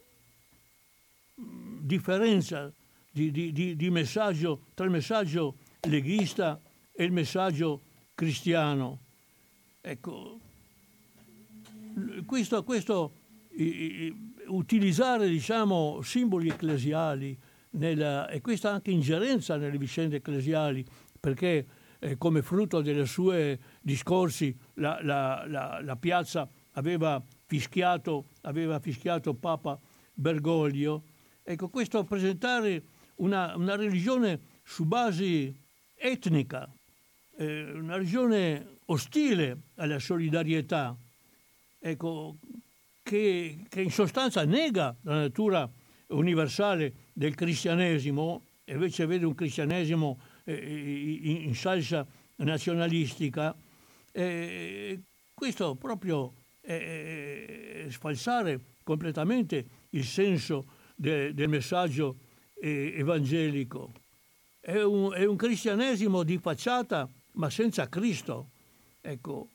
differenza Di, di, di messaggio tra il messaggio leghista e il messaggio cristiano. Ecco, questo, questo i, utilizzare, diciamo, simboli ecclesiali nella, e questa anche ingerenza nelle vicende ecclesiali, perché eh, come frutto dei suoi discorsi la, la, la, la piazza aveva fischiato, aveva fischiato Papa Bergoglio. Ecco, questo presentare Una, una religione su base etnica, eh, una religione ostile alla solidarietà, ecco, che, che in sostanza nega la natura universale del cristianesimo, e invece vede un cristianesimo eh, in, in salsa nazionalistica. Eh, questo proprio è, è sfalsare completamente il senso de, del messaggio evangelico. È un, è un cristianesimo di facciata ma senza Cristo. Ecco,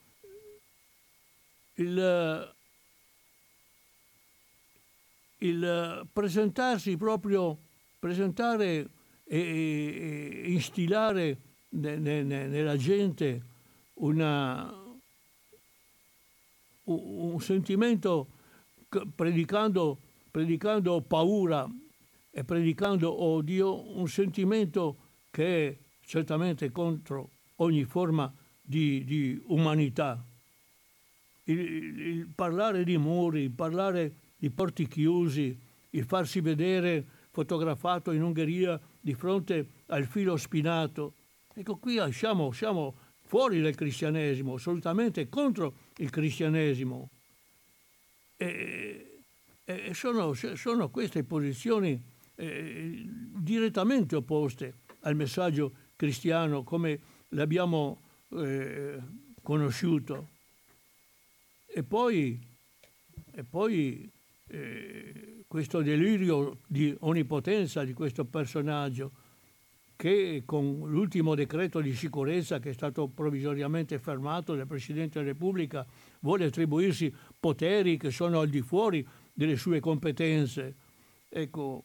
il, il presentarsi proprio, presentare e, e instillare ne, ne, nella gente una, un, un sentimento, predicando, predicando paura e predicando odio, un sentimento che è certamente contro ogni forma di, di umanità. Il, il parlare di muri, il parlare di porti chiusi, il farsi vedere fotografato in Ungheria di fronte al filo spinato. Ecco, qui siamo, siamo fuori dal cristianesimo, assolutamente contro il cristianesimo. E, e sono, sono queste posizioni Eh, direttamente opposte al messaggio cristiano come l'abbiamo eh, conosciuto. E poi, e poi eh, questo delirio di onnipotenza di questo personaggio, che con l'ultimo decreto di sicurezza che è stato provvisoriamente fermato dal Presidente della Repubblica vuole attribuirsi poteri che sono al di fuori delle sue competenze. Ecco,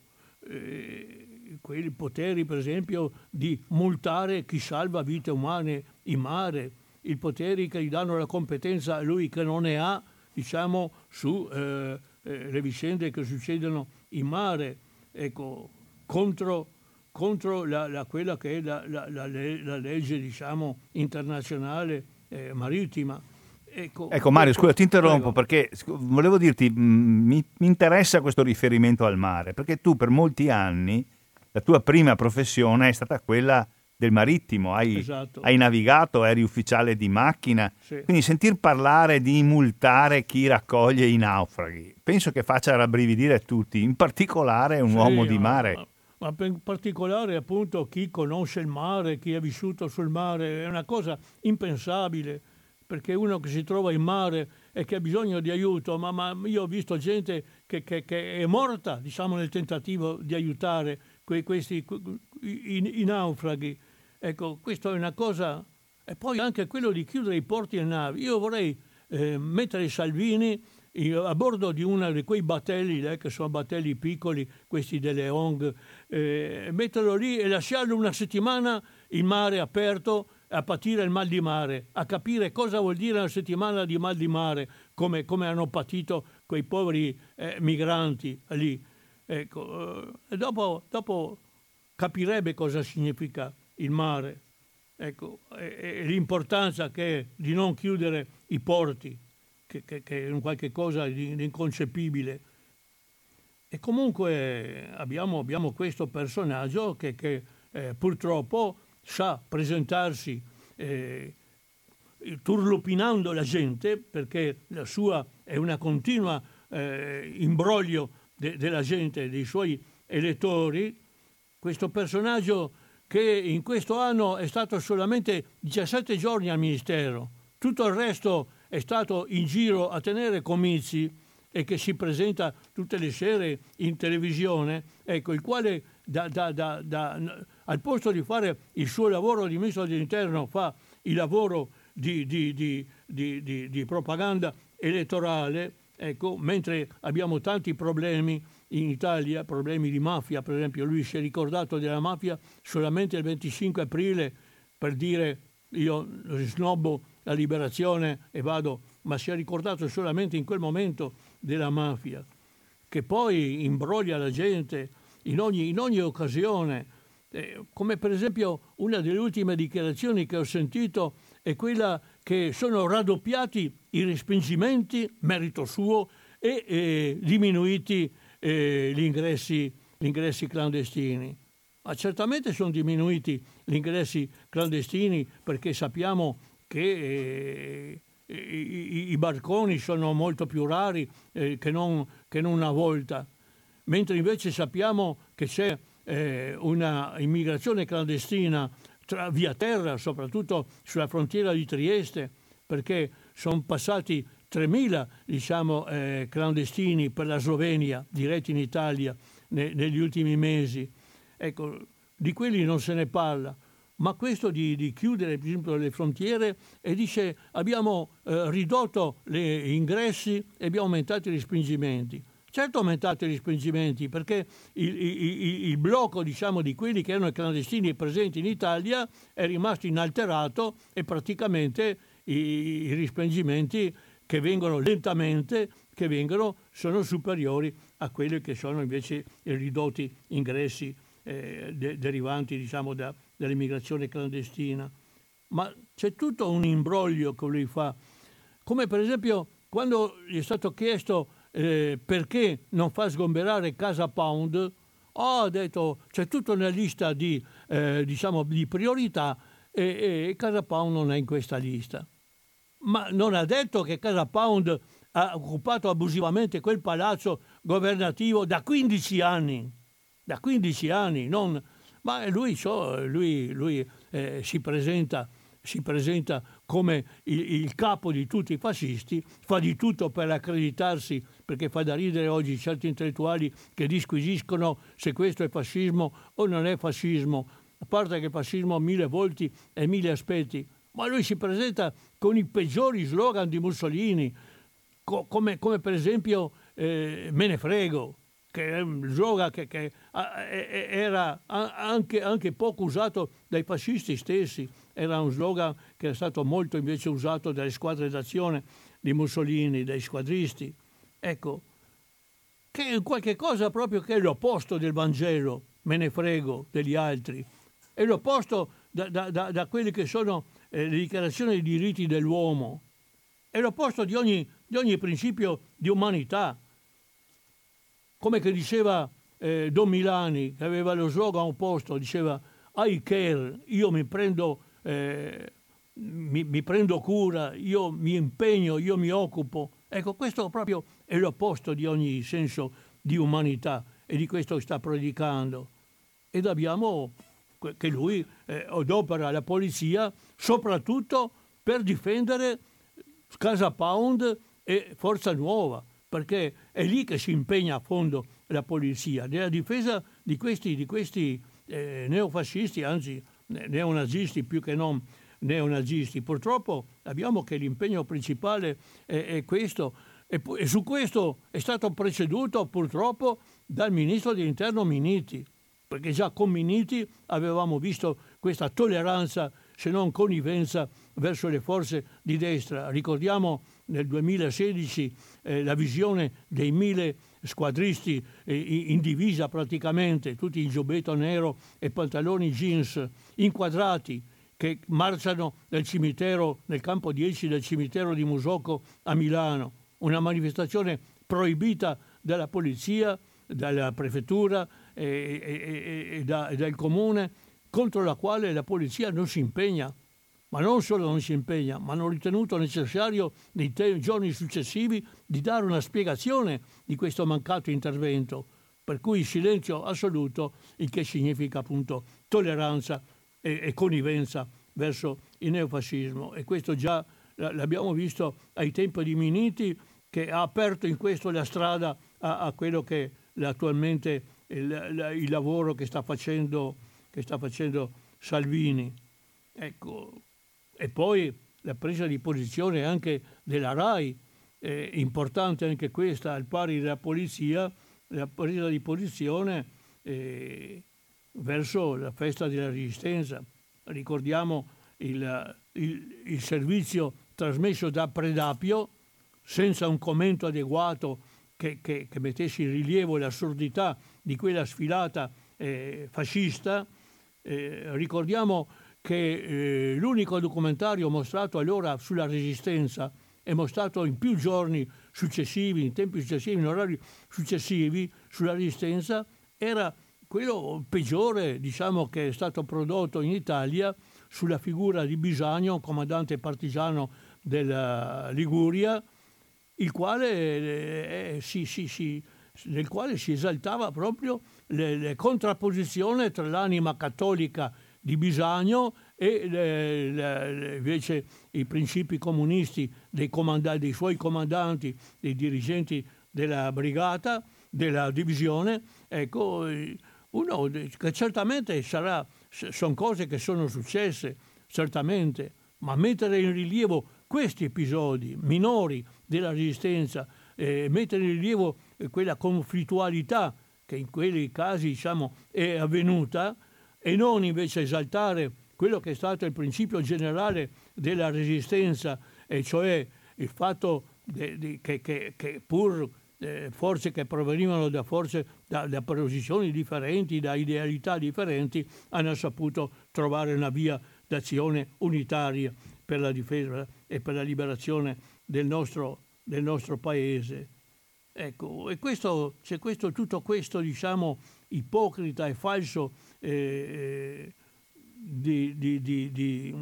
eh, quei poteri per esempio di multare chi salva vite umane in mare, i poteri che gli danno la competenza a lui che non ne ha, diciamo, su eh, eh, le vicende che succedono in mare, ecco, contro contro la, la, quella che è la, la, la, la legge, diciamo, internazionale eh, marittima. Ecco, ecco Mario, scusa, ti interrompo, prego. Perché volevo dirti, mh, mi, mi interessa questo riferimento al mare, perché tu per molti anni, la tua prima professione è stata quella del marittimo, hai, Esatto. hai navigato, eri ufficiale di macchina, Sì. quindi sentir parlare di multare chi raccoglie i naufraghi, penso che faccia rabbrividire tutti, in particolare un Sì, uomo di ma- mare. Ma, ma in particolare appunto chi conosce il mare, chi ha vissuto sul mare, è una cosa impensabile, perché uno che si trova in mare e che ha bisogno di aiuto, ma, ma io ho visto gente che, che- che è morta, diciamo, nel tentativo di aiutare que- questi que- i, i naufraghi. Ecco, questa è una cosa. E poi anche quello di chiudere i porti alle navi. Io vorrei eh, mettere Salvini io, a bordo di uno di quei battelli, eh, che sono battelli piccoli, questi delle O N G, eh, metterlo lì e lasciarlo una settimana in mare aperto a patire il mal di mare, a capire cosa vuol dire una settimana di mal di mare, come, come hanno patito quei poveri eh, migranti lì. Ecco, eh, e dopo, dopo capirebbe cosa significa il mare, ecco, e, e l'importanza che è di non chiudere i porti, che, che, che è un qualche cosa di, di inconcepibile. E comunque abbiamo, abbiamo questo personaggio che, che eh, purtroppo sa presentarsi eh, turlupinando la gente, perché la sua è una continua eh, imbroglio de, della gente, dei suoi elettori. Questo personaggio che in questo anno è stato solamente diciassette giorni al Ministero, tutto il resto è stato in giro a tenere comizi e che si presenta tutte le sere in televisione, ecco, il quale da, da, da, da, al posto di fare il suo lavoro di ministro dell'interno fa il lavoro di, di, di, di, di, di propaganda elettorale, ecco, mentre abbiamo tanti problemi in Italia, problemi di mafia, per esempio lui si è ricordato della mafia solamente il venticinque aprile per dire io snobbo la liberazione e vado, ma si è ricordato solamente in quel momento della mafia, che poi imbroglia la gente in ogni, in ogni occasione, eh, come per esempio una delle ultime dichiarazioni che ho sentito è quella che sono raddoppiati i respingimenti, merito suo, e eh, diminuiti eh, gli ingressi, gli ingressi clandestini. Ma certamente sono diminuiti gli ingressi clandestini perché sappiamo che eh, i, i barconi sono molto più rari eh, che, non, che non una volta, mentre invece sappiamo che c'è eh, una immigrazione clandestina tra, via terra, soprattutto sulla frontiera di Trieste, perché sono passati tremila diciamo, eh, clandestini per la Slovenia diretti in Italia ne, negli ultimi mesi. Ecco, di quelli non se ne parla, ma questo di, di chiudere per esempio le frontiere e dice abbiamo eh, ridotto gli ingressi e abbiamo aumentato i respingimenti. Certo, aumentato i respingimenti perché il, il, il blocco diciamo di quelli che erano clandestini presenti in Italia è rimasto inalterato e praticamente i, i respingimenti che vengono lentamente che vengono sono superiori a quelli che sono invece i ridotti ingressi eh, de, derivanti diciamo da, dall'immigrazione clandestina. Ma c'è tutto un imbroglio che lui fa, come per esempio quando gli è stato chiesto eh, perché non fa sgomberare Casa Pound, oh, ha detto c'è tutta una lista di, eh, diciamo, di priorità e, e Casa Pound non è in questa lista. Ma non ha detto che Casa Pound ha occupato abusivamente quel palazzo governativo da quindici anni, da quindici anni, non... ma lui, so, lui, lui eh, si presenta si presenta come il, il capo di tutti i fascisti, fa di tutto per accreditarsi, perché fa da ridere oggi certi intellettuali che disquisiscono se questo è fascismo o non è fascismo, a parte che il fascismo ha mille volti e mille aspetti, ma lui si presenta con i peggiori slogan di Mussolini, co- come, come per esempio eh, me ne frego, che è un slogan che, che era anche, anche poco usato dai fascisti stessi, era un slogan che è stato molto invece usato dalle squadre d'azione di Mussolini, dai squadristi. Ecco, che è qualche cosa proprio che è l'opposto del Vangelo, me ne frego degli altri, è l'opposto da, da, da, da quelle che sono eh, le dichiarazioni dei diritti dell'uomo, è l'opposto di ogni, di ogni principio di umanità. Come che diceva eh, Don Milani, che aveva lo slogan opposto, diceva I care, io mi prendo, eh, mi, mi prendo cura, io mi impegno, io mi occupo. Ecco, questo proprio è l'opposto di ogni senso di umanità, e di questo sta predicando. Ed abbiamo che lui eh, adopera la polizia soprattutto per difendere Casa Pound e Forza Nuova, perché è lì che si impegna a fondo la polizia, nella difesa di questi, di questi eh, neofascisti, anzi neonazisti più che non neonazisti. Purtroppo abbiamo che l'impegno principale è, è questo, e, e su questo è stato preceduto purtroppo dal ministro dell'Interno Minniti, perché già con Minniti avevamo visto questa tolleranza, se non connivenza, verso le forze di destra. Ricordiamo nel duemilasedici eh, la visione dei mille squadristi eh, in divisa praticamente, tutti in giubbetto nero e pantaloni jeans inquadrati, che marciano nel cimitero, nel campo dieci del cimitero di Musocco a Milano. Una manifestazione proibita dalla polizia, dalla prefettura e, e, e, da, e dal comune, contro la quale la polizia non si impegna. Ma non solo non si impegna, ma hanno ritenuto necessario nei te- giorni successivi di dare una spiegazione di questo mancato intervento, per cui silenzio assoluto, il che significa appunto tolleranza e, e connivenza verso il neofascismo. E questo già l'abbiamo visto ai tempi di Minniti, che ha aperto in questo la strada a, a quello che attualmente il, il lavoro che sta facendo, che sta facendo Salvini. Ecco. E poi la presa di posizione anche della RAI, eh, importante anche questa, al pari della polizia, la presa di posizione eh, verso la festa della Resistenza. Ricordiamo il, il, il servizio trasmesso da Predapio, senza un commento adeguato che, che, che mettesse in rilievo l'assurdità di quella sfilata eh, fascista. Eh, ricordiamo che eh, l'unico documentario mostrato allora sulla Resistenza è mostrato in più giorni successivi, in tempi successivi, in orari successivi sulla Resistenza, era quello peggiore, diciamo, che è stato prodotto in Italia sulla figura di Bisagno, comandante partigiano della Liguria, il quale eh, si, si, si, nel quale si esaltava proprio le, le contrapposizione tra l'anima cattolica di Bisagno e le, le, invece i principi comunisti dei, comanda- dei suoi comandanti, dei dirigenti della brigata, della divisione. Ecco, uno che certamente sarà, sono cose che sono successe, certamente, ma mettere in rilievo questi episodi minori della Resistenza, eh, mettere in rilievo quella conflittualità che in quei casi, diciamo, è avvenuta, e non invece esaltare quello che è stato il principio generale della Resistenza, e cioè il fatto de, de, che, che, che pur eh, forze che provenivano da forze da, da posizioni differenti, da idealità differenti, hanno saputo trovare una via d'azione unitaria per la difesa e per la liberazione del nostro, del nostro paese. Ecco, e questo, c'è questo, tutto questo, diciamo, ipocrita e falso eh, di, di, di, di,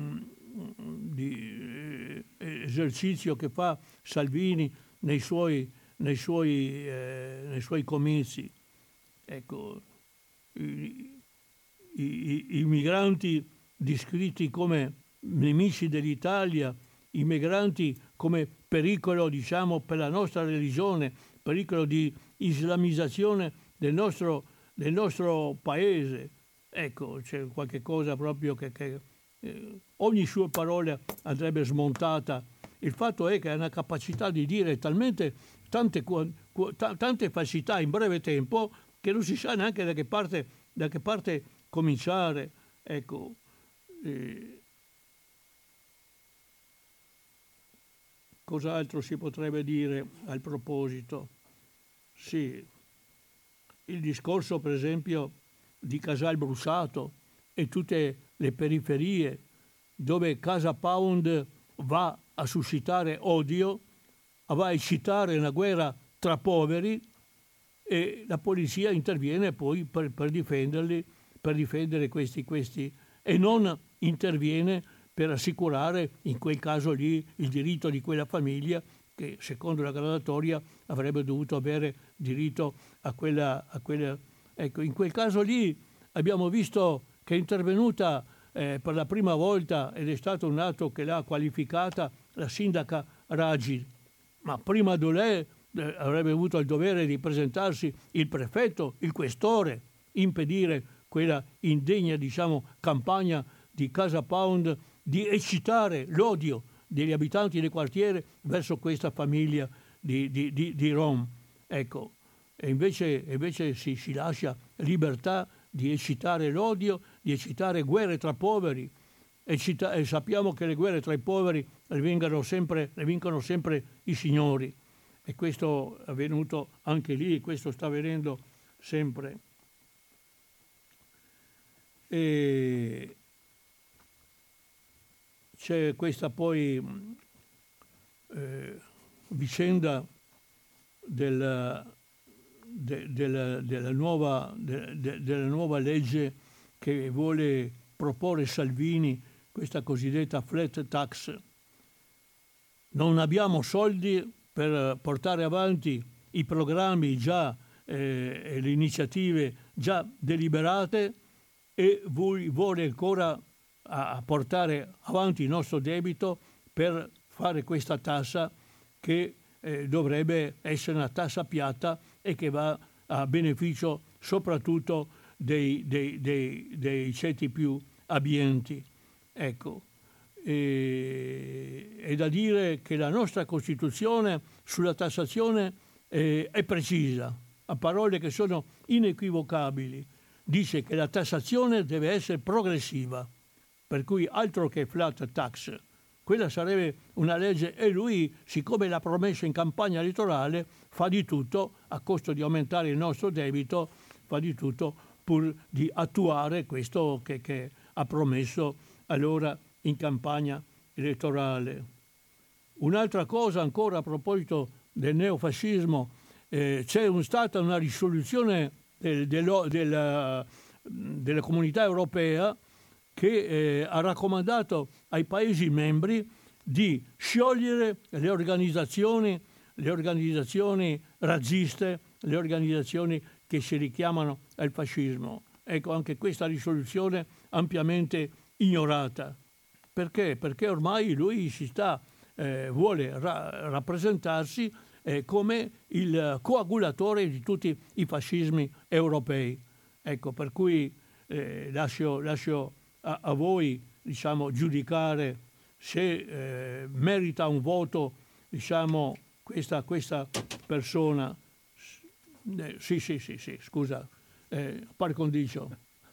di eh, esercizio che fa Salvini nei suoi, nei suoi, eh, nei suoi comizi. Ecco, i, i, i migranti descritti come nemici dell'Italia, i migranti come pericolo, diciamo, per la nostra religione, pericolo di islamizzazione del nostro, del nostro paese. Ecco, c'è qualche cosa proprio che, che eh, ogni sua parola andrebbe smontata. Il fatto è che ha una capacità di dire talmente tante, tante falsità in breve tempo che non si sa neanche da che parte, da che parte cominciare. Ecco, eh, cos'altro si potrebbe dire al proposito? Sì, il discorso per esempio di Casal Brussato e tutte le periferie dove Casa Pound va a suscitare odio, va a eccitare una guerra tra poveri e la polizia interviene poi per, per difenderli, per difendere questi, questi e non interviene per assicurare in quel caso lì il diritto di quella famiglia che secondo la graduatoria avrebbe dovuto avere diritto a quella, a quella. Ecco, in quel caso lì abbiamo visto che è intervenuta eh, per la prima volta, ed è stato un atto che l'ha qualificata, la sindaca Raggi, ma prima di lei eh, avrebbe avuto il dovere di presentarsi il prefetto, il questore, impedire quella indegna, diciamo, campagna di Casa Pound di eccitare l'odio degli abitanti del quartiere verso questa famiglia di, di, di, di Rom. Ecco, e invece, invece si, si lascia libertà di eccitare l'odio, di eccitare guerre tra poveri. Eccita, e sappiamo che le guerre tra i poveri le vincono sempre, le vincono sempre i signori. E questo è avvenuto anche lì, e questo sta avvenendo sempre. E c'è questa poi eh, vicenda del, de, della, della, nuova, de, de, della nuova legge che vuole proporre Salvini, questa cosiddetta flat tax. Non abbiamo soldi per portare avanti i programmi già eh, e le iniziative già deliberate e vuole ancora a portare avanti il nostro debito per fare questa tassa che eh, dovrebbe essere una tassa piatta e che va a beneficio soprattutto dei, dei, dei, dei ceti più abbienti. Ecco, e, è da dire che la nostra Costituzione sulla tassazione eh, è precisa, a parole che sono inequivocabili. Dice che la tassazione deve essere progressiva, per cui altro che flat tax. Quella sarebbe una legge e lui, siccome l'ha promesso in campagna elettorale, fa di tutto, a costo di aumentare il nostro debito, fa di tutto pur di attuare questo che, che ha promesso allora in campagna elettorale. Un'altra cosa ancora a proposito del neofascismo, eh, c'è un, stata una risoluzione del, del, della, della Comunità Europea che eh, ha raccomandato ai Paesi membri di sciogliere le organizzazioni, le organizzazioni razziste, le organizzazioni che si richiamano al fascismo. Ecco, anche questa risoluzione ampiamente ignorata. Perché? Perché ormai lui si sta, eh, vuole ra- rappresentarsi eh, come il coagulatore di tutti i fascismi europei. Ecco, per cui eh, lascio, lascio a, a voi, diciamo, giudicare se eh, merita un voto, diciamo, questa, questa persona. Eh, sì, sì, sì, sì, scusa, eh, par condicio.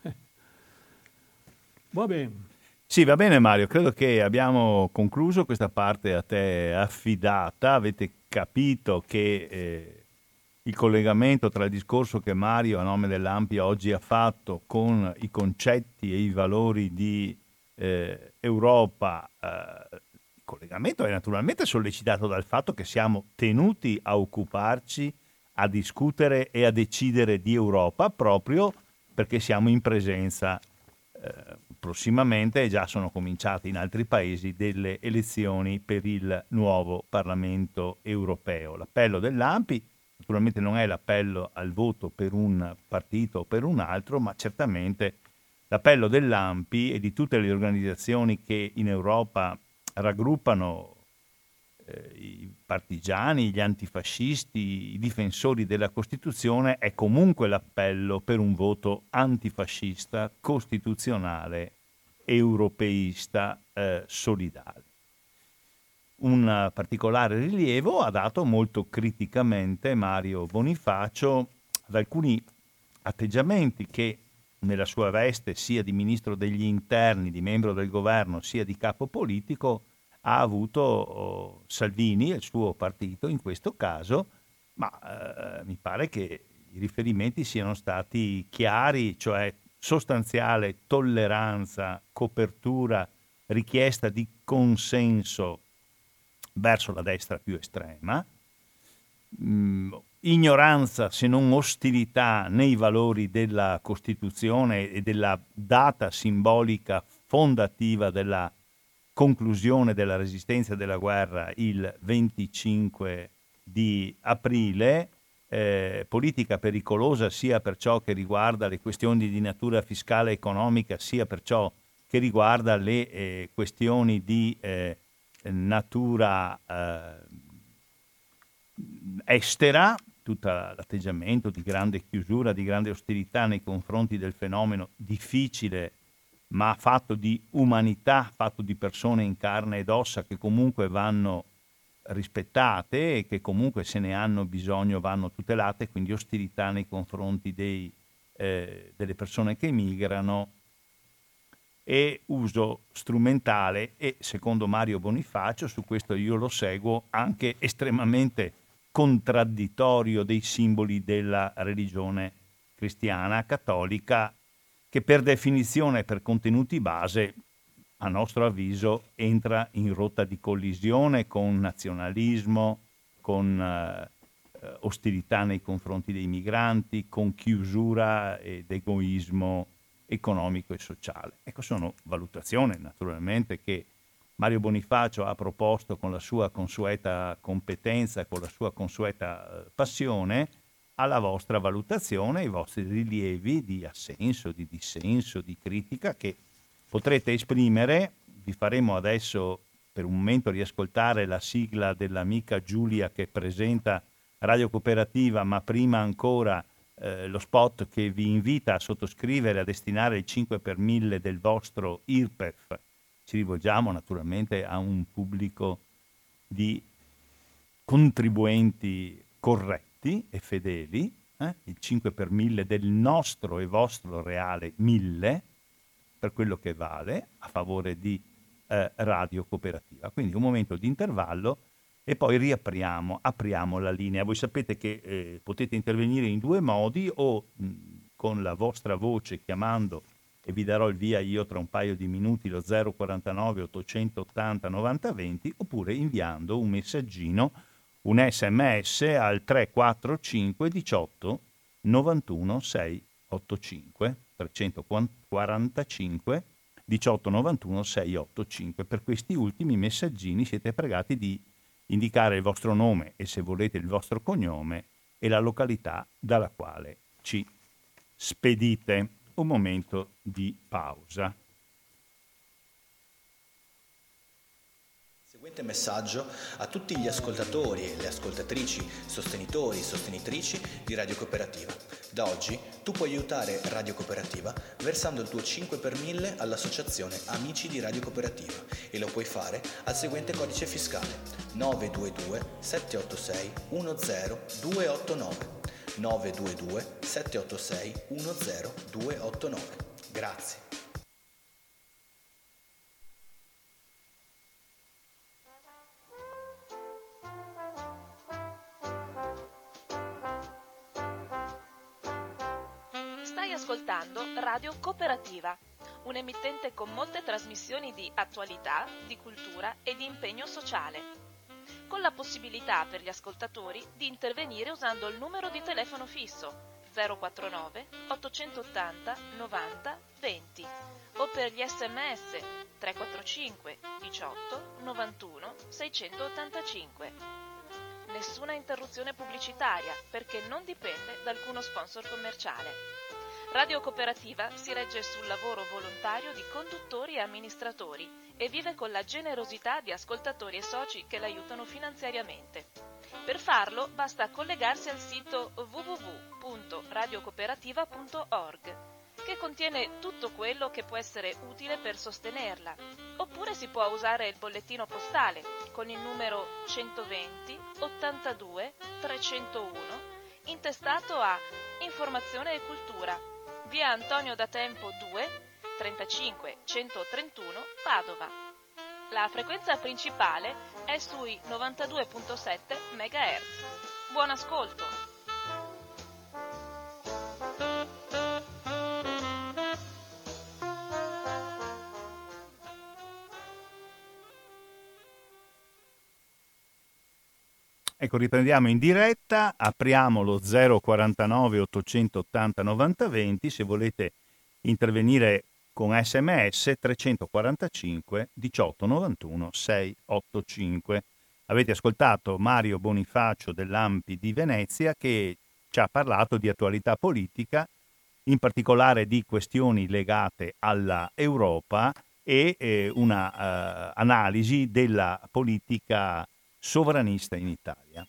Va bene. Sì, va bene Mario, credo che abbiamo concluso questa parte a te affidata, avete capito che eh, il collegamento tra il discorso che Mario a nome dell'A M P I oggi ha fatto con i concetti e i valori di eh, Europa, eh, il collegamento è naturalmente sollecitato dal fatto che siamo tenuti a occuparci, a discutere e a decidere di Europa proprio perché siamo in presenza eh, prossimamente, già sono cominciate in altri paesi, delle elezioni per il nuovo Parlamento europeo. L'appello dell'A M P I naturalmente non è l'appello al voto per un partito o per un altro, ma certamente L'appello dell'A M P I e di tutte le organizzazioni che in Europa raggruppano eh, i partigiani, gli antifascisti, i difensori della Costituzione è comunque l'appello per un voto antifascista, costituzionale, europeista, eh, solidale. Un particolare rilievo ha dato molto criticamente Mario Bonifacio ad alcuni atteggiamenti che nella sua veste sia di ministro degli interni, di membro del governo, sia di capo politico, ha avuto oh, Salvini e il suo partito in questo caso, ma eh, mi pare che i riferimenti siano stati chiari, cioè sostanziale tolleranza, copertura, richiesta di consenso verso la destra più estrema, mh, ignoranza se non ostilità nei valori della Costituzione e della data simbolica fondativa della conclusione della resistenza e della guerra il venticinque di aprile, eh, politica pericolosa sia per ciò che riguarda le questioni di natura fiscale e economica, sia per ciò che riguarda le eh, questioni di eh, natura eh, estera, tutto l'atteggiamento di grande chiusura, di grande ostilità nei confronti del fenomeno difficile, ma fatto di umanità, fatto di persone in carne ed ossa che comunque vanno rispettate e che comunque se ne hanno bisogno vanno tutelate, quindi ostilità nei confronti dei, eh, delle persone che migrano e uso strumentale e, secondo Mario Bonifacio, su questo io lo seguo, anche estremamente contraddittorio dei simboli della religione cristiana cattolica, che per definizione e per contenuti base, a nostro avviso, entra in rotta di collisione con nazionalismo, con eh, ostilità nei confronti dei migranti, con chiusura ed egoismo economico e sociale. Ecco, sono valutazioni naturalmente che Mario Bonifacio ha proposto con la sua consueta competenza, con la sua consueta passione, alla vostra valutazione, ai vostri rilievi di assenso, di dissenso, di critica che potrete esprimere. Vi faremo adesso per un momento riascoltare la sigla dell'amica Giulia che presenta Radio Cooperativa, ma prima ancora eh, lo spot che vi invita a sottoscrivere, a destinare il cinque per mille del vostro I R P E F. Ci rivolgiamo naturalmente a un pubblico di contribuenti corretti e fedeli, eh? il cinque per mille del nostro e vostro reale mille, per quello che vale, a favore di eh, Radio Cooperativa. Quindi un momento di intervallo e poi riapriamo, apriamo la linea. Voi sapete che eh, potete intervenire in due modi, o mh, con la vostra voce chiamando, e vi darò il via io tra un paio di minuti, lo zero quarantanove ottocentottanta novanta venti, oppure inviando un messaggino, un sms al tre quattro cinque diciotto novantuno seicentottantacinque, trecentoquarantacinque diciotto novantuno seicentottantacinque. Per questi ultimi messaggini siete pregati di indicare il vostro nome e, se volete, il vostro cognome e la località dalla quale ci spedite. Un momento di pausa. Seguente messaggio a tutti gli ascoltatori e le ascoltatrici, sostenitori e sostenitrici di Radio Cooperativa. Da oggi tu puoi aiutare Radio Cooperativa versando il tuo cinque per mille all'associazione Amici di Radio Cooperativa e lo puoi fare al seguente codice fiscale nove due due sette otto sei uno zero due otto nove nove due due sette otto sei uno zero due otto nove. Grazie. Stai ascoltando Radio Cooperativa, un emittente con molte trasmissioni di attualità, di cultura e di impegno sociale, con la possibilità per gli ascoltatori di intervenire usando il numero di telefono fisso zero quarantanove ottocentottanta novanta venti o per gli sms tre quattro cinque diciotto novantuno seicentottantacinque. Nessuna interruzione pubblicitaria perché non dipende da alcuno sponsor commerciale. Radio Cooperativa si regge sul lavoro volontario di conduttori e amministratori e vive con la generosità di ascoltatori e soci che l'aiutano finanziariamente. Per farlo basta collegarsi al sito w w w punto radio cooperativa punto org, che contiene tutto quello che può essere utile per sostenerla, oppure si può usare il bollettino postale con il numero centoventi ottantadue trecentouno intestato a Informazione e Cultura, via Antonio da Tempo due, trentacinque centotrentuno, Padova. La frequenza principale è sui novantadue virgola sette megahertz. Buon ascolto! Ecco, riprendiamo in diretta, apriamo lo zero quarantanove ottocentottanta novanta venti, se volete intervenire con sms trecentoquarantacinque diciotto novantuno seicentottantacinque. Avete ascoltato Mario Bonifacio dell'A M P I di Venezia che ci ha parlato di attualità politica, in particolare di questioni legate alla Europa e eh, una uh, analisi della politica sovranista in Italia.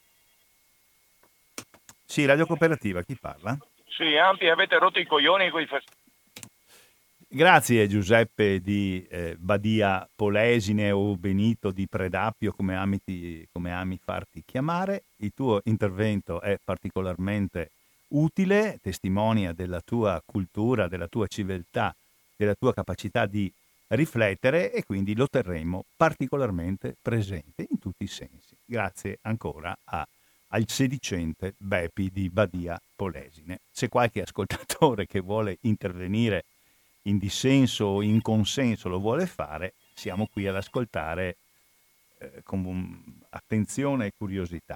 Sì, Radio Cooperativa, chi parla? Sì, Ampi, avete rotto i coglioni con i fest- Grazie Giuseppe di eh, Badia Polesine o Benito di Predappio, come ami, ti, come ami farti chiamare. Il tuo intervento è particolarmente utile, testimonia della tua cultura, della tua civiltà, della tua capacità di riflettere e quindi lo terremo particolarmente presente in tutti i sensi. Grazie ancora a, al sedicente Bepi di Badia Polesine. Se qualche ascoltatore che vuole intervenire in dissenso o in consenso lo vuole fare, siamo qui ad ascoltare eh, con un, attenzione e curiosità.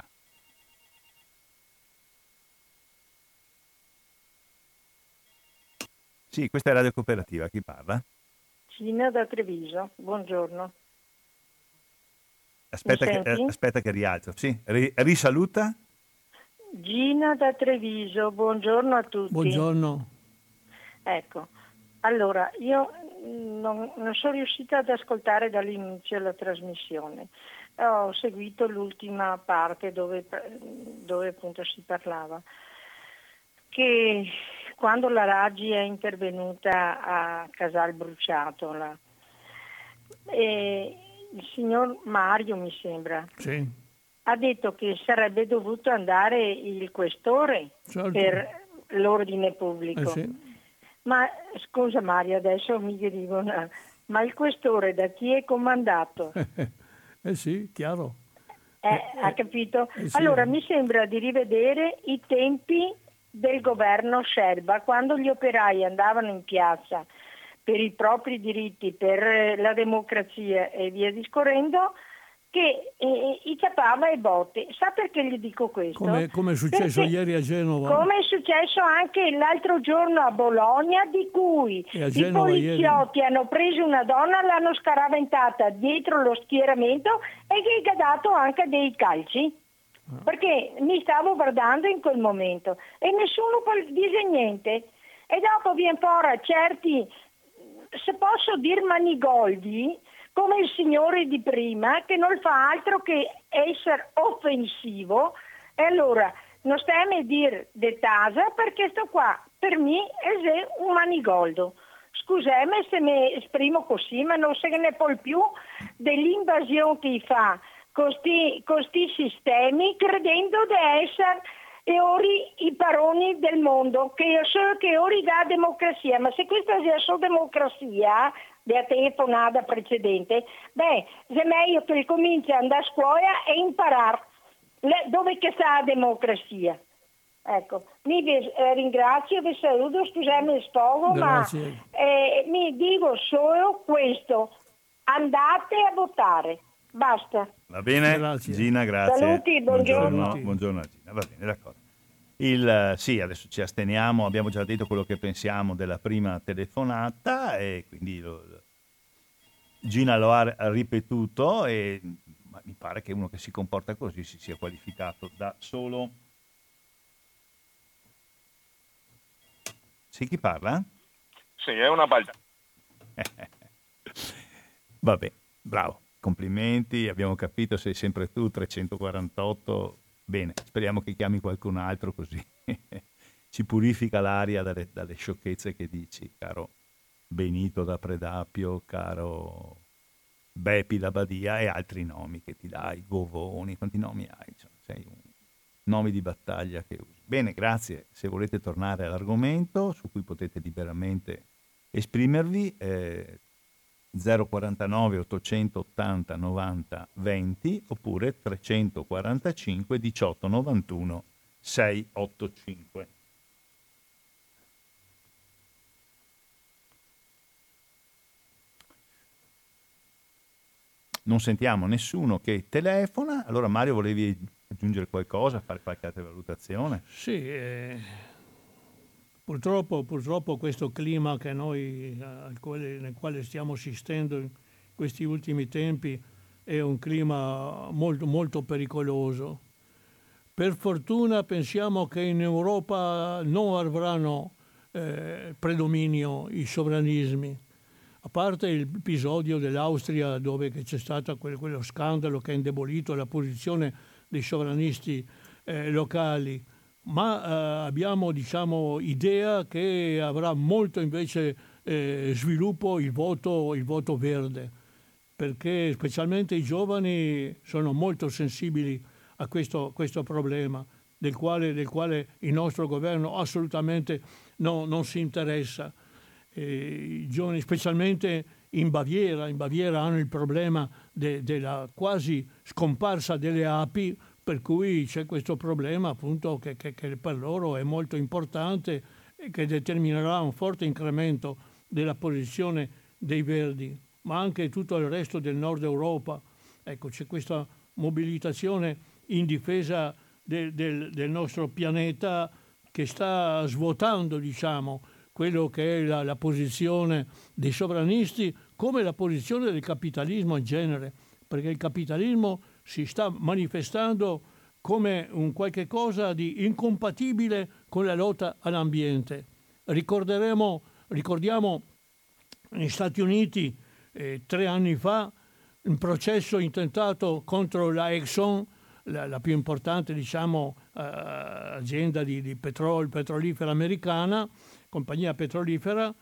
Sì, questa è Radio Cooperativa, chi parla? Gina da Treviso, buongiorno. Aspetta, che, eh, aspetta che rialzo, sì, ri, risaluta. Gina da Treviso, buongiorno a tutti. Buongiorno. Ecco, allora io non, non sono riuscita ad ascoltare dall'inizio la trasmissione. Ho seguito l'ultima parte dove, dove appunto si parlava che quando la Raggi è intervenuta a Casal Bruciato, la, e il signor Mario, mi sembra, sì, ha detto che sarebbe dovuto andare il questore, certo, per l'ordine pubblico. Eh sì. Ma scusa Mario, adesso mi dicono, ma il questore da chi è comandato? Eh sì, chiaro. Eh, eh, ha capito? Eh sì. Allora mi sembra di rivedere i tempi del governo Scelba, quando gli operai andavano in piazza per i propri diritti, per la democrazia e via discorrendo, che eh, i capava e botte. Sa perché gli dico questo? Come, come è successo Perché, ieri a Genova. come è successo anche l'altro giorno a Bologna, di cui i poliziotti ieri hanno preso una donna, l'hanno scaraventata dietro lo schieramento e gli ha dato anche dei calci. Perché mi stavo guardando in quel momento e nessuno dice niente. E dopo viene fuori certi, se posso dir manigoldi, come il signore di prima, che non fa altro che essere offensivo. E allora non stiamo a dire de tasa, perché sto qua per me è un manigoldo. Scusami se mi esprimo così, ma non se ne può più dell'invasione che fa con questi sistemi, credendo di essere e ori i paroni del mondo, che io so che ori da democrazia, ma se questa sia solo democrazia, della telefonata precedente, beh, è meglio che cominci ad andare a scuola e imparare le, dove che sta la democrazia. Ecco, mi vi eh, ringrazio, vi saluto, scusami il sfogo, ma eh, mi dico solo questo, andate a votare. Basta. Va bene, grazie. Gina, grazie. Saluti, buongiorno. Buongiorno, buongiorno a Gina, va bene, d'accordo. Il, sì, adesso ci asteniamo, abbiamo già detto quello che pensiamo della prima telefonata e quindi lo, Gina lo ha ripetuto e ma mi pare che uno che si comporta così si sia qualificato da solo. Sì, chi parla? Sì, è una balda. Vabbè, bravo, complimenti, abbiamo capito, sei sempre tu, trecentoquarantotto, bene, speriamo che chiami qualcun altro così ci purifica l'aria dalle, dalle sciocchezze che dici, caro Benito da Predapio, caro Bepi da Badia e altri nomi che ti dai, Govoni, quanti nomi hai? Cioè, sei un nomi di battaglia che usi. Bene, grazie. Se volete tornare all'argomento su cui potete liberamente esprimervi, eh, zero quarantanove ottocentottanta novanta venti oppure trecentoquarantacinque diciotto novantuno seicentottantacinque. Non sentiamo nessuno che telefona, allora Mario volevi aggiungere qualcosa, fare qualche altra valutazione? Sì, eh, purtroppo, purtroppo questo clima che noi, al quale, nel quale stiamo assistendo in questi ultimi tempi è un clima molto, molto pericoloso. Per fortuna pensiamo che in Europa non avranno eh, predominio i sovranismi. A parte l'episodio dell'Austria dove c'è stato quel, quello scandalo che ha indebolito la posizione dei sovranisti eh, locali, ma eh, abbiamo diciamo idea che avrà molto invece eh, sviluppo il voto, il voto verde, perché specialmente i giovani sono molto sensibili a questo, questo problema del quale, del quale il nostro governo assolutamente no, non si interessa. Eh, I giovani, specialmente in Baviera, in Baviera hanno il problema de, della quasi scomparsa delle api, per cui c'è questo problema appunto che, che, che per loro è molto importante e che determinerà un forte incremento della posizione dei Verdi, ma anche tutto il resto del nord Europa. Ecco, c'è questa mobilitazione in difesa de, del, del nostro pianeta che sta svuotando, diciamo, quello che è la, la posizione dei sovranisti come la posizione del capitalismo in genere, perché il capitalismo si sta manifestando come un qualche cosa di incompatibile con la lotta all'ambiente. Ricorderemo, ricordiamo negli Stati Uniti eh, tre anni fa un processo intentato contro la Exxon, la, la più importante diciamo eh, azienda di, di petrolio, petrolifera americana, compagnia petrolifera,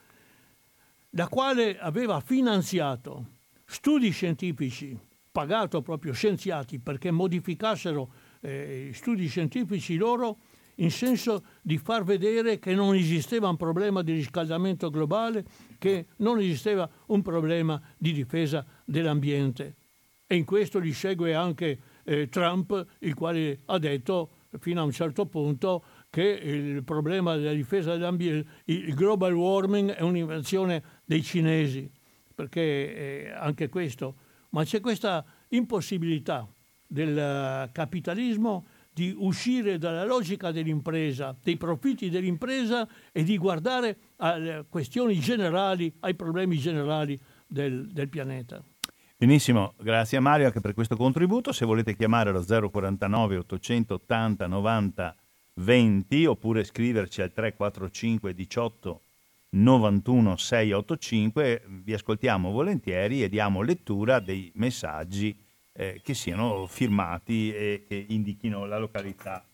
la quale aveva finanziato studi scientifici, pagato proprio scienziati perché modificassero eh, studi scientifici loro in senso di far vedere che non esisteva un problema di riscaldamento globale, che non esisteva un problema di difesa dell'ambiente. E in questo gli segue anche eh, Trump, il quale ha detto fino a un certo punto che il problema della difesa dell'ambiente, il global warming è un'invenzione dei cinesi, perché eh, anche questo, ma c'è questa impossibilità del capitalismo di uscire dalla logica dell'impresa, dei profitti dell'impresa e di guardare alle questioni generali, ai problemi generali del, del pianeta. Benissimo, grazie a Mario anche per questo contributo. Se volete chiamare lo zero quarantanove ottocentottanta novanta venti oppure scriverci al tre quattro cinque diciotto novantuno seicentottantacinque, vi ascoltiamo volentieri e diamo lettura dei messaggi eh, che siano firmati e che indichino la località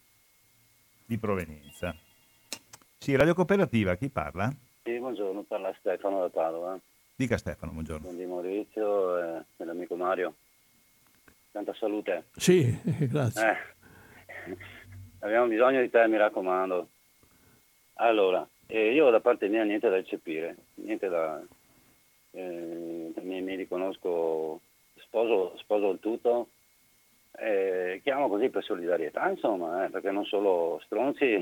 di provenienza. Sì, Radio Cooperativa, chi parla? Sì, buongiorno, parla Stefano da Padova. Dica Stefano, buongiorno. Buon di Maurizio e dell'amico Mario. Tanta salute. Sì, grazie. Eh, abbiamo bisogno di te, mi raccomando. Allora, eh, io da parte mia niente da eccepire, niente da... Eh, mi, mi riconosco, sposo, sposo il tutto, eh, chiamo così per solidarietà, insomma, eh, perché non solo stronzi,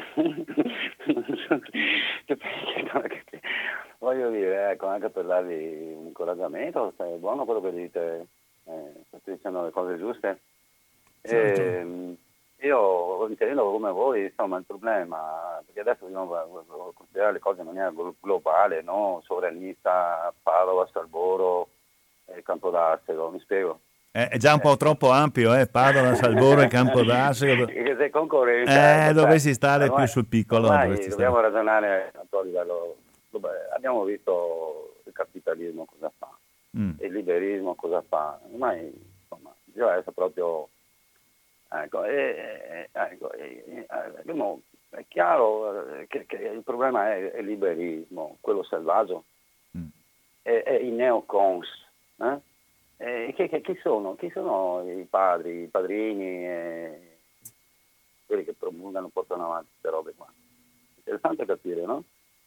che, che, che, voglio dire, ecco, anche per darvi un incoraggiamento, è buono quello che dite, eh, state dicendo le cose giuste. Certo. Eh, io intendo come voi, insomma, il problema, perché adesso dobbiamo considerare le cose in maniera globale, no? Sovranista, Padova, Salboro, eh, Campodarsego, mi spiego. È, è già un po' troppo ampio, eh? Padova, Salvoro e Campodarsego. Che concorrenza. Eh, dovessi stare ormai, più sul piccolo. Ormai dobbiamo stare. ragionare a livello. Abbiamo visto il capitalismo cosa fa, mm. il liberismo cosa fa. Ormai insomma, bisogna essere proprio. Ecco, e, ecco, e, e, abbiamo, è chiaro che, che il problema è, è il liberismo, quello selvaggio, mm. è, è i neocons. Eh? E che, che, chi sono? Chi sono i padri, i padrini, e quelli che promulgano, portano avanti queste robe qua? Interessante capire, no?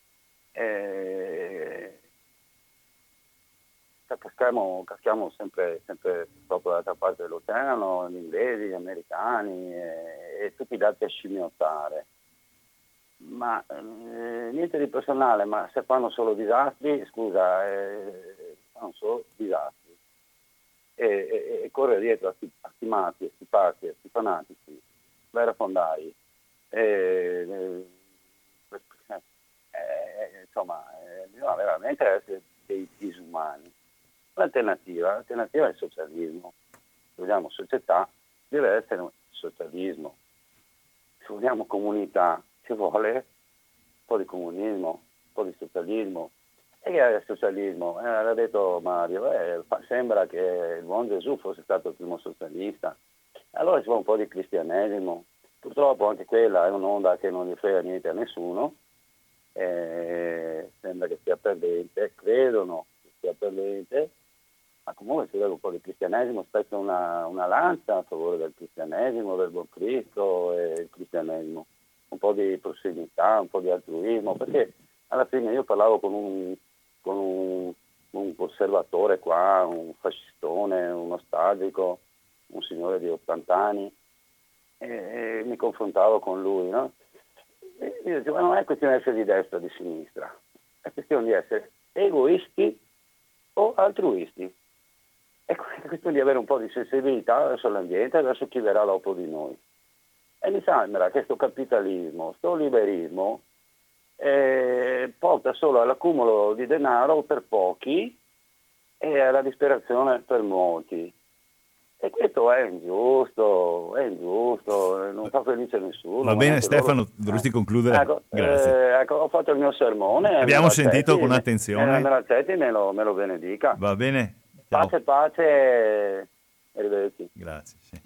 E... Caschiamo, caschiamo sempre, sempre proprio dall'altra parte dell'oceano, gli inglesi, gli americani e, e tutti dati a scimmiottare. Ma eh, niente di personale, ma se fanno solo disastri, scusa, eh, fanno solo disastri. E, e, e correre dietro a sti matti, a sti pazzi, a sti fanatici, vera fondai, e, e, e, insomma, bisogna veramente essere dei disumani. L'alternativa, l'alternativa è il socialismo. Se vogliamo società, deve essere il socialismo. Se vogliamo comunità, ci vuole un po' di comunismo, un po' di socialismo. E che è il socialismo? Eh, l'ha detto Mario, eh, sembra che il buon Gesù fosse stato il primo socialista. Allora ci vuole un po' di cristianesimo. Purtroppo anche quella è un'onda che non gli frega niente a nessuno. Eh, sembra che sia perdente, credono che sia perdente, ma comunque si vede un po' di cristianesimo, spezza una, una lancia a favore del cristianesimo, del buon Cristo e il cristianesimo. Un po' di prossimità, un po' di altruismo, perché alla fine io parlavo con un con un, un conservatore qua, un fascistone, un nostalgico, un signore di ottanta anni, e, e mi confrontavo con lui, no? E io dicevo, ma non è questione di essere di destra o di sinistra, è questione di essere egoisti o altruisti. È questione di avere un po' di sensibilità verso l'ambiente e verso chi verrà dopo di noi. E mi sembra che questo capitalismo, questo liberismo, Eh, porta solo all'accumulo di denaro per pochi e alla disperazione per molti. E questo è ingiusto, è ingiusto, non fa felice nessuno. Va bene Stefano, loro... dovresti concludere. Ecco, Grazie. Eh, ecco, ho fatto il mio sermone. Abbiamo sentito con attenzione. Me, me l'accetti e me lo, me lo benedica. Va bene. Ciao. Pace, pace e arrivederci. Grazie, sì.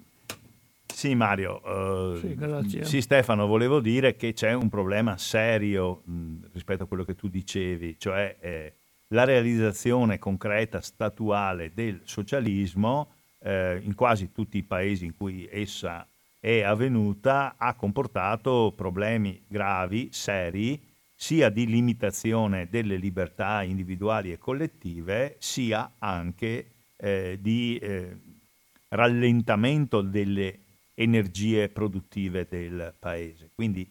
Sì Mario, uh, sì, grazie. Sì Stefano, volevo dire che c'è un problema serio mh, rispetto a quello che tu dicevi, cioè eh, la realizzazione concreta, statuale del socialismo eh, in quasi tutti i paesi in cui essa è avvenuta ha comportato problemi gravi, seri, sia di limitazione delle libertà individuali e collettive, sia anche eh, di eh, rallentamento delle energie produttive del paese. Quindi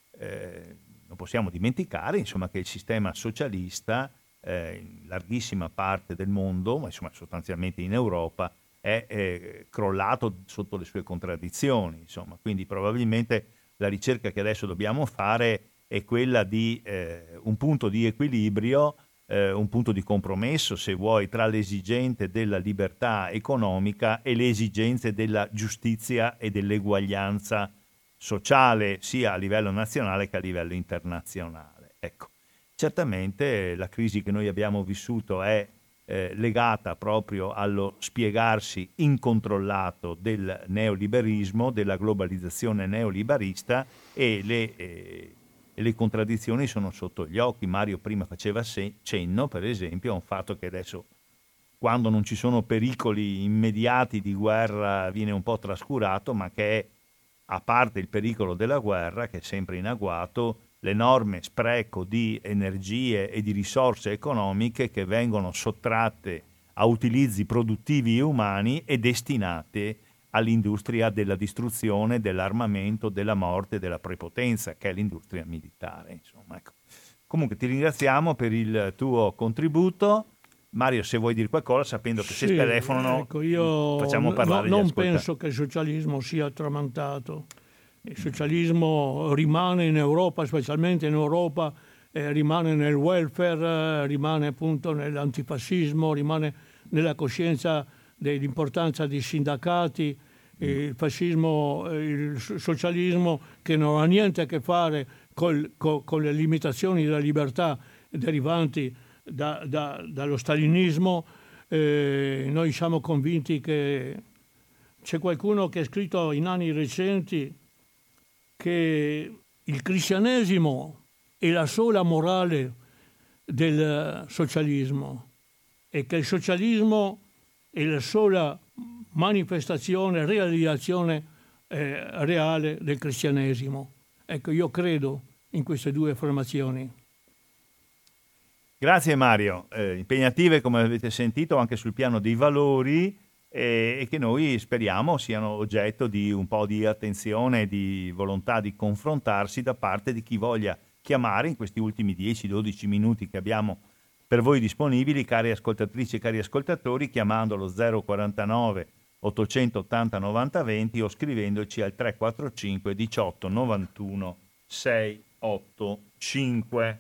eh, non possiamo dimenticare insomma, che il sistema socialista eh, in larghissima parte del mondo, ma insomma, sostanzialmente in Europa, è eh, crollato sotto le sue contraddizioni. Insomma. Quindi probabilmente la ricerca che adesso dobbiamo fare è quella di eh, un punto di equilibrio, eh, un punto di compromesso, se vuoi, tra le esigenze della libertà economica e le esigenze della giustizia e dell'eguaglianza sociale, sia a livello nazionale che a livello internazionale. Ecco, certamente la crisi che noi abbiamo vissuto è eh, legata proprio allo spiegarsi incontrollato del neoliberismo, della globalizzazione neoliberista, e le eh, e le contraddizioni sono sotto gli occhi. Mario prima faceva cenno, per esempio, a un fatto che adesso, quando non ci sono pericoli immediati di guerra, viene un po' trascurato, ma che è, a parte il pericolo della guerra, che è sempre in agguato, l'enorme spreco di energie e di risorse economiche che vengono sottratte a utilizzi produttivi e umani e destinate all'industria della distruzione, dell'armamento, della morte, della prepotenza, che è l'industria militare. Insomma, ecco. Comunque ti ringraziamo per il tuo contributo. Mario, se vuoi dire qualcosa, sapendo che sì, se telefonano, ecco, io facciamo parlare no, gli non penso che il socialismo sia tramantato. Il socialismo rimane in Europa, specialmente in Europa, eh, rimane nel welfare, eh, rimane appunto nell'antifascismo, rimane nella coscienza dell'importanza dei sindacati, il fascismo, il socialismo che non ha niente a che fare col, col, con le limitazioni della libertà derivanti da, da, dallo stalinismo. Eh, noi siamo convinti che c'è qualcuno che ha scritto in anni recenti che il cristianesimo è la sola morale del socialismo e che il socialismo è la sola manifestazione, realizzazione eh, reale del cristianesimo. Ecco, io credo in queste due affermazioni. Grazie Mario, eh, impegnative come avete sentito anche sul piano dei valori eh, e che noi speriamo siano oggetto di un po' di attenzione, di volontà di confrontarsi da parte di chi voglia chiamare in questi ultimi dieci dodici minuti che abbiamo per voi disponibili, cari ascoltatrici e cari ascoltatori, chiamando lo zero quarantanove ottocentottanta novanta venti o scrivendoci al tre quattro cinque diciotto novantuno seicentoottantacinque.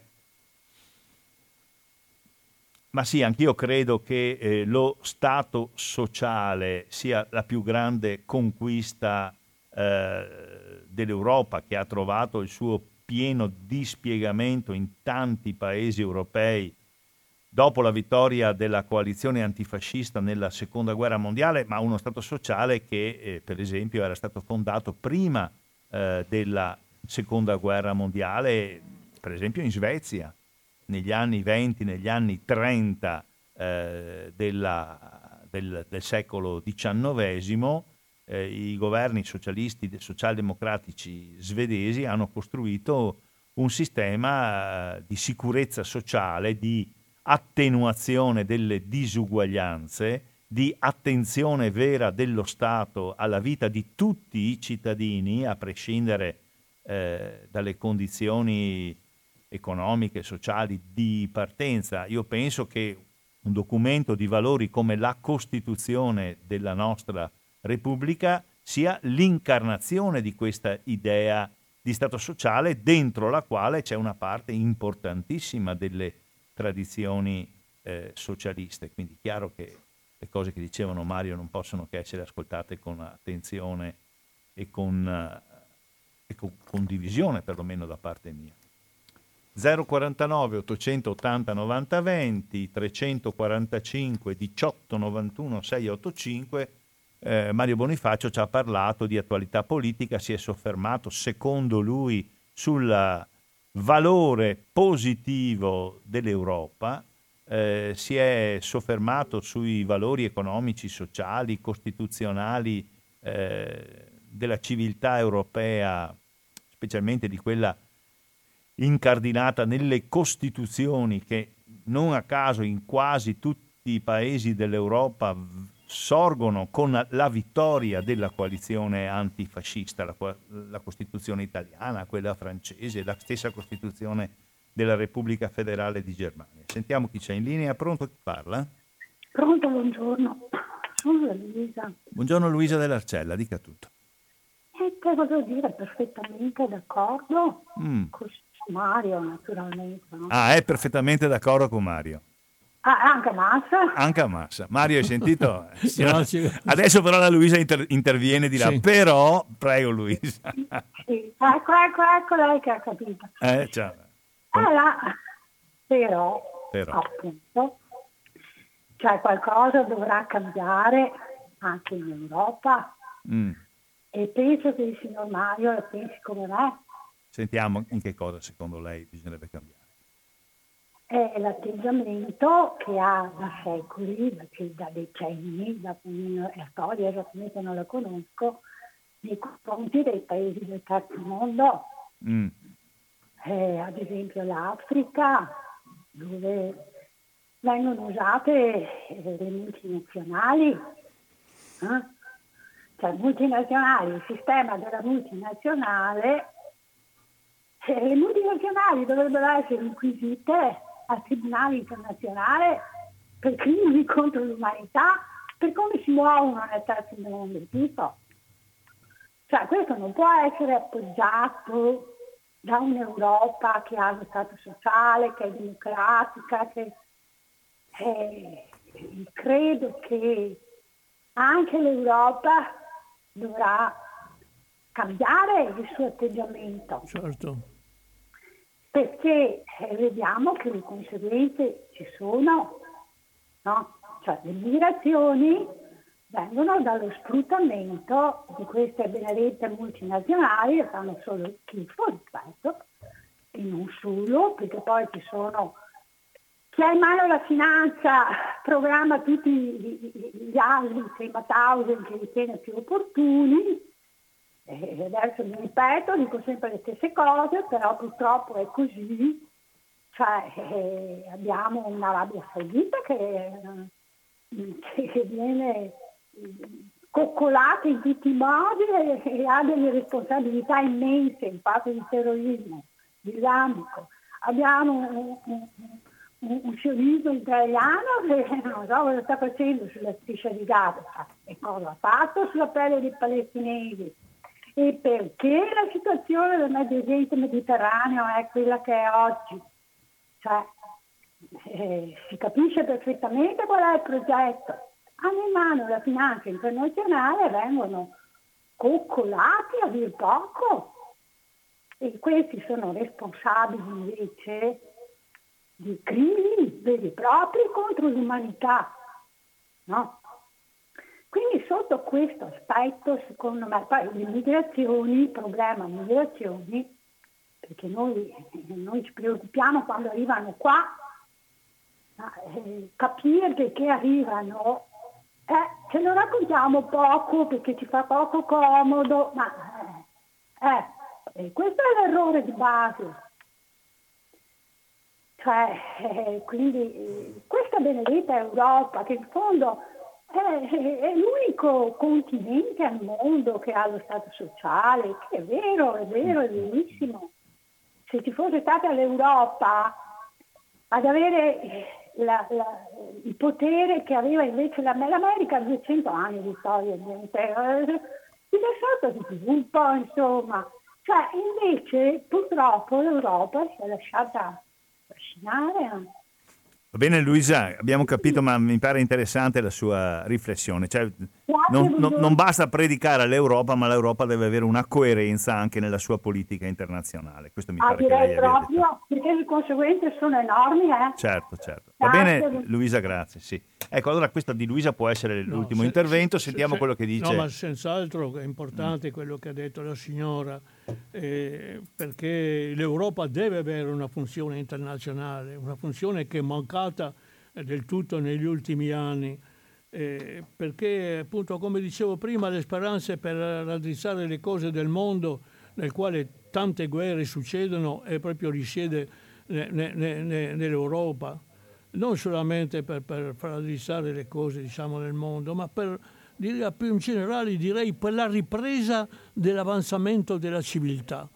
Ma sì, anch'io credo che eh, lo Stato sociale sia la più grande conquista eh, dell'Europa, che ha trovato il suo pieno dispiegamento in tanti paesi europei dopo la vittoria della coalizione antifascista nella seconda guerra mondiale, ma uno Stato sociale che eh, per esempio era stato fondato prima eh, della seconda guerra mondiale, per esempio in Svezia, negli anni venti, negli anni trenta eh, della, del, del secolo diciannovesimo, eh, i governi socialisti, socialdemocratici svedesi hanno costruito un sistema eh, di sicurezza sociale, di attenuazione delle disuguaglianze, di attenzione vera dello Stato alla vita di tutti i cittadini, a prescindere eh, dalle condizioni economiche, sociali di partenza. Io penso che un documento di valori come la Costituzione della nostra Repubblica sia l'incarnazione di questa idea di Stato sociale, dentro la quale c'è una parte importantissima delle tradizioni eh, socialiste. Quindi chiaro che le cose che dicevano Mario non possono che essere ascoltate con attenzione e con, uh, e con condivisione, perlomeno da parte mia. zero quarantanove ottocentottanta novanta venti, trecentoquarantacinque diciotto novantuno seicentoottantacinque. eh, Mario Bonifacio ci ha parlato di attualità politica, si è soffermato secondo lui sul valore positivo dell'Europa, eh, si è soffermato sui valori economici, sociali, costituzionali eh, della civiltà europea, specialmente di quella incardinata nelle costituzioni che non a caso in quasi tutti i paesi dell'Europa sorgono con la vittoria della coalizione antifascista, la, la Costituzione italiana, quella francese, la stessa Costituzione della Repubblica Federale di Germania. Sentiamo chi c'è in linea. Pronto, chi parla? Pronto, buongiorno. Sono Luisa. Buongiorno Luisa dell'Arcella, dica tutto. E che voglio dire, perfettamente d'accordo Mm. con Mario, naturalmente. No? Ah, è perfettamente d'accordo con Mario. Ah, anche Massa? Anche a Massa. Mario, hai sentito? Grazie. Adesso però la Luisa inter- interviene di là. Sì. Però, prego Luisa. Sì, ecco, ecco, ecco lei che ha capito. Eh, ciao. Allora, però, Però. appunto, cioè qualcosa dovrà cambiare anche in Europa Mm. e penso che il signor Mario la pensi come me. Sentiamo in che cosa secondo lei bisognerebbe cambiare. È l'atteggiamento che ha da secoli, da, da decenni, da, la storia esattamente non la conosco, nei confronti dei paesi del terzo mondo, Mm. eh, ad esempio l'Africa, dove vengono usate eh, le multinazionali, eh? cioè multinazionali, il sistema della multinazionale, eh, le multinazionali dovrebbero essere inquisite al Tribunale internazionale per crimini contro l'umanità, per come si muovono nel terzo mondo, tipo. Cioè questo non può essere appoggiato da un'Europa che ha lo Stato sociale, che è democratica, che eh, credo che anche l'Europa dovrà cambiare il suo atteggiamento. Certo. Perché eh, vediamo che le conseguenze ci sono, no? Cioè le migrazioni vengono dallo sfruttamento di queste benedette multinazionali che fanno solo schifo, ripeto, e non solo, perché poi ci sono chi ha in mano la finanza programma tutti gli altri, i Mauthausen che ritiene più opportuni. E adesso mi ripeto, dico sempre le stesse cose, però purtroppo è così. Cioè, eh, abbiamo un'Arabia Saudita che, eh, che viene coccolata in tutti i modi e, e ha delle responsabilità immense in fatto di terrorismo islamico. Abbiamo un, un, un, un sionismo israeliano che non so cosa sta facendo sulla striscia di Gaza e cosa ha fatto sulla pelle dei palestinesi e perché la situazione del Medio Oriente Mediterraneo è quella che è oggi. Cioè, eh, si capisce perfettamente qual è il progetto. Hanno in mano la finanza internazionale e vengono coccolati a dir poco. E questi sono responsabili invece di crimini veri e propri contro l'umanità, no? Quindi sotto questo aspetto, secondo me, poi le migrazioni, il problema migrazioni, perché noi, noi ci preoccupiamo quando arrivano qua, ma, eh, capire perché arrivano, eh, ce lo raccontiamo poco perché ci fa poco comodo, ma eh, eh, questo è l'errore di base. Cioè, eh, quindi eh, questa benedetta Europa, che in fondo è, è l'unico continente al mondo che ha lo Stato sociale, che è vero, è vero, è verissimo. Se ci fosse stata l'Europa ad avere la, la, il potere che aveva invece l'America, duecento anni di storia, di stato di sviluppo, insomma. Cioè, invece, purtroppo l'Europa si è lasciata trascinare. Va bene Luisa, abbiamo capito, ma mi pare interessante la sua riflessione. Cioè, non, non, non basta predicare all'Europa, ma l'Europa deve avere una coerenza anche nella sua politica internazionale. Questo mi ah, pare che lei direi proprio, perché le conseguenze sono enormi. Eh? Certo, certo. Va grazie. Bene Luisa, grazie. Sì. Ecco, allora questo di Luisa può essere l'ultimo no, se, intervento, sentiamo se, quello che dice. No, ma senz'altro è importante mm. quello che ha detto la signora, eh, perché l'Europa deve avere una funzione internazionale, una funzione che è mancata del tutto negli ultimi anni, eh, perché appunto, come dicevo prima, le speranze per raddrizzare le cose del mondo nel quale tante guerre succedono e proprio risiede ne, ne, ne, nell'Europa, non solamente per, per raddrizzare le cose, diciamo, nel mondo, ma per dire più in generale, direi per la ripresa dell'avanzamento della civiltà,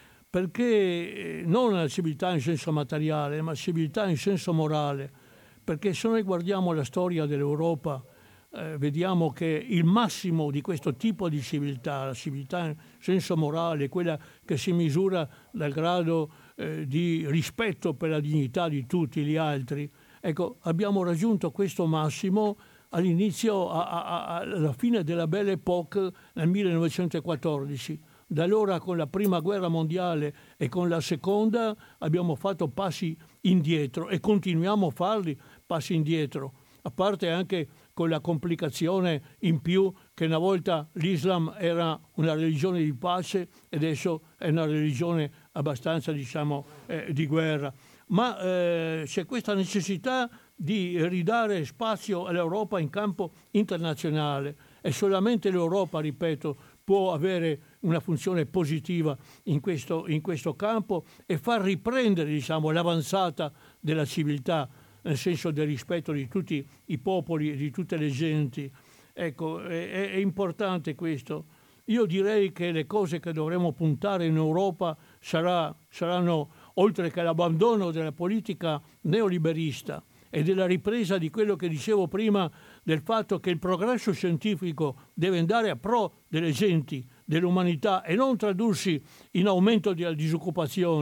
perché non la civiltà in senso materiale, ma civiltà in senso morale, perché se noi guardiamo la storia dell'Europa eh, vediamo che il massimo di questo tipo di civiltà, la civiltà in senso morale, quella che si misura dal grado eh, di rispetto per la dignità di tutti gli altri, ecco, abbiamo raggiunto questo massimo all'inizio, a, a, a, alla fine della Belle Époque nel millenovecentoquattordici. Da allora, con la prima guerra mondiale e con la seconda, abbiamo fatto passi indietro e continuiamo a farli passi indietro, a parte anche con la complicazione in più che una volta l'Islam era una religione di pace e adesso è una religione abbastanza, diciamo, eh, di guerra. Ma eh, c'è questa necessità di ridare spazio all'Europa in campo internazionale e solamente l'Europa, ripeto, può avere una funzione positiva in questo, in questo campo e far riprendere, diciamo, l'avanzata della civiltà, nel senso del rispetto di tutti i popoli e di tutte le genti. Ecco, è, è importante questo. Io direi che le cose che dovremo puntare in Europa sarà, saranno, oltre che l'abbandono della politica neoliberista e della ripresa di quello che dicevo prima, del fatto che il progresso scientifico deve andare a pro delle genti, dell'umanità e non tradursi in aumento della disoccupazione,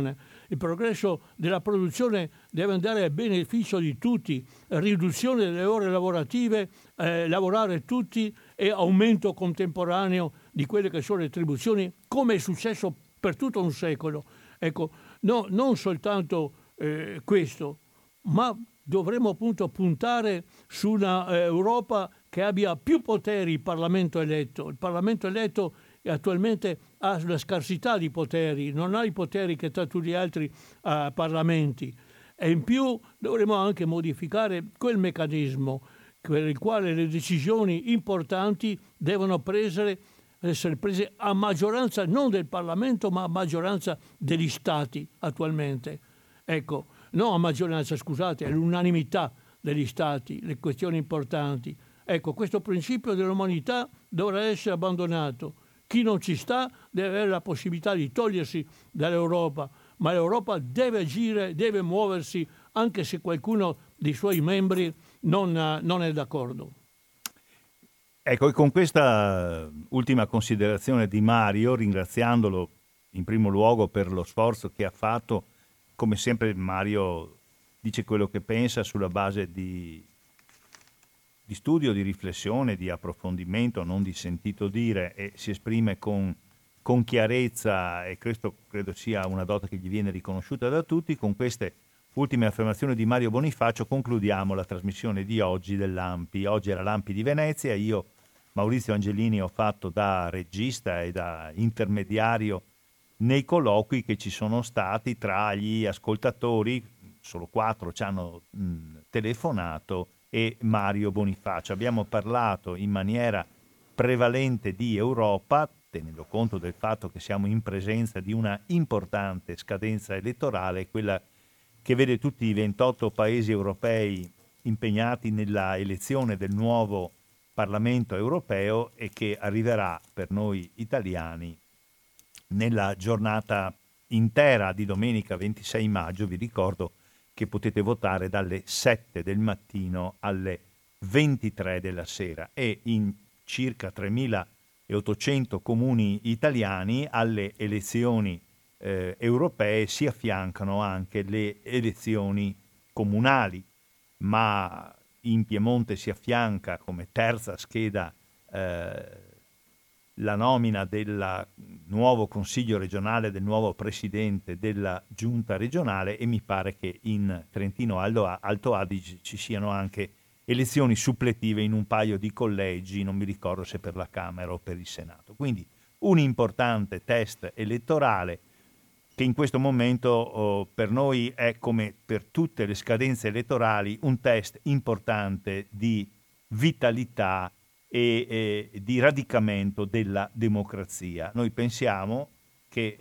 il progresso della produzione deve andare a beneficio di tutti, riduzione delle ore lavorative, eh, lavorare tutti e aumento contemporaneo di quelle che sono le retribuzioni, come è successo per tutto un secolo. Ecco, no, non soltanto eh, questo, ma dovremmo appunto puntare su una eh, Europa che abbia più poteri il Parlamento eletto. Il Parlamento eletto attualmente ha una scarsità di poteri, non ha i poteri che tutti gli altri uh, parlamenti, e in più dovremo anche modificare quel meccanismo per il quale le decisioni importanti devono prese, essere prese a maggioranza non del Parlamento ma a maggioranza degli Stati attualmente. Ecco, no a maggioranza, scusate, all'unanimità degli Stati, le questioni importanti. Ecco, questo principio dell'umanità dovrà essere abbandonato. Chi non ci sta deve avere la possibilità di togliersi dall'Europa, ma l'Europa deve agire, deve muoversi, anche se qualcuno dei suoi membri non, non è d'accordo. Ecco, e con questa ultima considerazione di Mario, ringraziandolo in primo luogo per lo sforzo che ha fatto, come sempre Mario dice quello che pensa sulla base di, di studio, di riflessione, di approfondimento, non di sentito dire, e si esprime con, con chiarezza, e questo credo sia una dote che gli viene riconosciuta da tutti. Con queste ultime affermazioni di Mario Bonifacio concludiamo la trasmissione di oggi dell'A M P I. Oggi era l'A M P I di Venezia, io Maurizio Angelini ho fatto da regista e da intermediario nei colloqui che ci sono stati tra gli ascoltatori, solo quattro ci hanno mh, telefonato, e Mario Bonifacio. Abbiamo parlato in maniera prevalente di Europa, tenendo conto del fatto che siamo in presenza di una importante scadenza elettorale, quella che vede tutti i ventotto paesi europei impegnati nella elezione del nuovo Parlamento europeo e che arriverà per noi italiani nella giornata intera di domenica ventisei maggio. Vi ricordo che potete votare dalle sette del mattino alle ventitré della sera, e in circa tremilaottocento comuni italiani alle elezioni eh, europee si affiancano anche le elezioni comunali, ma in Piemonte si affianca come terza scheda eh, la nomina del nuovo Consiglio regionale, del nuovo Presidente della Giunta regionale, e mi pare che in Trentino Alto Adige ci siano anche elezioni suppletive in un paio di collegi, non mi ricordo se per la Camera o per il Senato. Quindi un importante test elettorale che in questo momento oh, per noi è, come per tutte le scadenze elettorali, un test importante di vitalità e eh, di radicamento della democrazia. Noi pensiamo che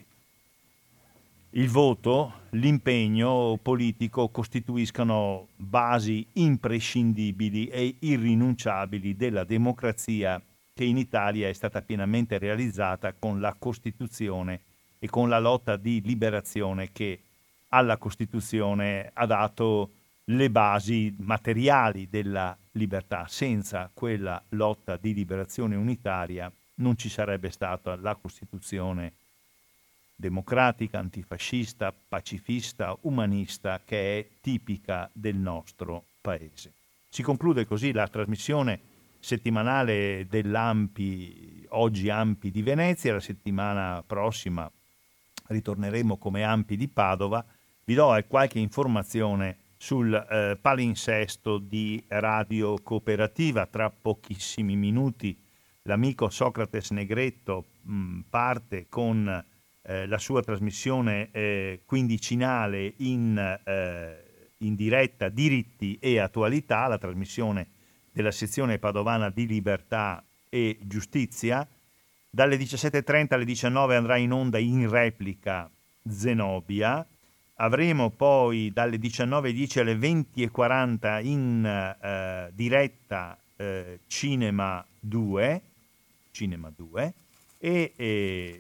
il voto, l'impegno politico costituiscano basi imprescindibili e irrinunciabili della democrazia, che in Italia è stata pienamente realizzata con la Costituzione e con la lotta di liberazione che alla Costituzione ha dato le basi materiali della libertà. Senza quella lotta di liberazione unitaria non ci sarebbe stata la Costituzione democratica, antifascista, pacifista, umanista, che è tipica del nostro Paese. Si conclude così la trasmissione settimanale dell'A M P I, oggi A M P I di Venezia. La settimana prossima ritorneremo come A M P I di Padova. Vi do qualche informazione sul eh, palinsesto di Radio Cooperativa. Tra pochissimi minuti l'amico Socrates Negretto mh, parte con eh, la sua trasmissione eh, quindicinale in, eh, in diretta Diritti e Attualità, la trasmissione della sezione padovana di Libertà e Giustizia. Dalle diciassette e trenta alle diciannove andrà in onda in replica Zenobia. Avremo poi dalle diciannove e dieci alle venti e quaranta in eh, diretta eh, Cinema due, Cinema due, e eh,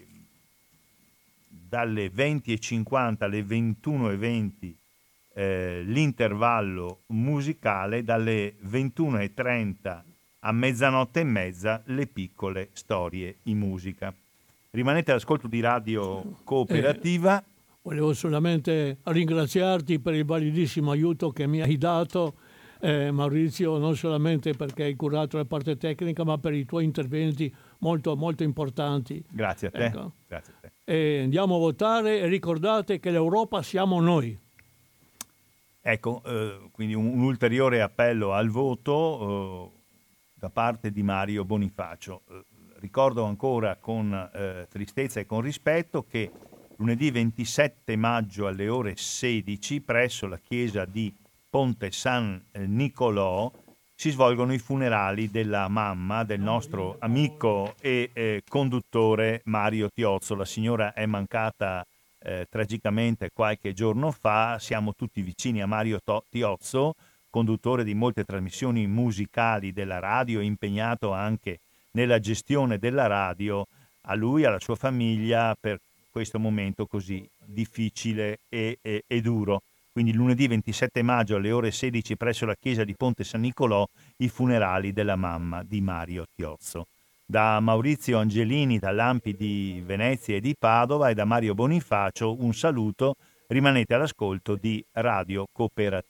dalle venti e cinquanta alle ventuno e venti eh, l'intervallo musicale, dalle ventuno e trenta a mezzanotte e mezza le piccole storie in musica. Rimanete all'ascolto di Radio Cooperativa. Eh. volevo solamente ringraziarti per il validissimo aiuto che mi hai dato, eh, Maurizio, non solamente perché hai curato la parte tecnica, ma per i tuoi interventi molto, molto importanti. Grazie a te. Ecco. Grazie a te. E andiamo a votare e ricordate che l'Europa siamo noi. Ecco, eh, quindi un, un ulteriore appello al voto eh, da parte di Mario Bonifacio. Eh, ricordo ancora con eh, tristezza e con rispetto che lunedì ventisette maggio alle ore sedici presso la chiesa di Ponte San Nicolò si svolgono i funerali della mamma del nostro amico e eh, conduttore Mario Tiozzo. La signora è mancata eh, tragicamente qualche giorno fa. Siamo tutti vicini a Mario Tiozzo, conduttore di molte trasmissioni musicali della radio, impegnato anche nella gestione della radio. A lui, alla sua famiglia, per questo momento così difficile e, e, e duro. Quindi lunedì ventisette maggio alle ore sedici presso la chiesa di Ponte San Nicolò i funerali della mamma di Mario Tiozzo. Da Maurizio Angelini, dall'Ampi di Venezia e di Padova, e da Mario Bonifacio un saluto. Rimanete all'ascolto di Radio Cooperativa.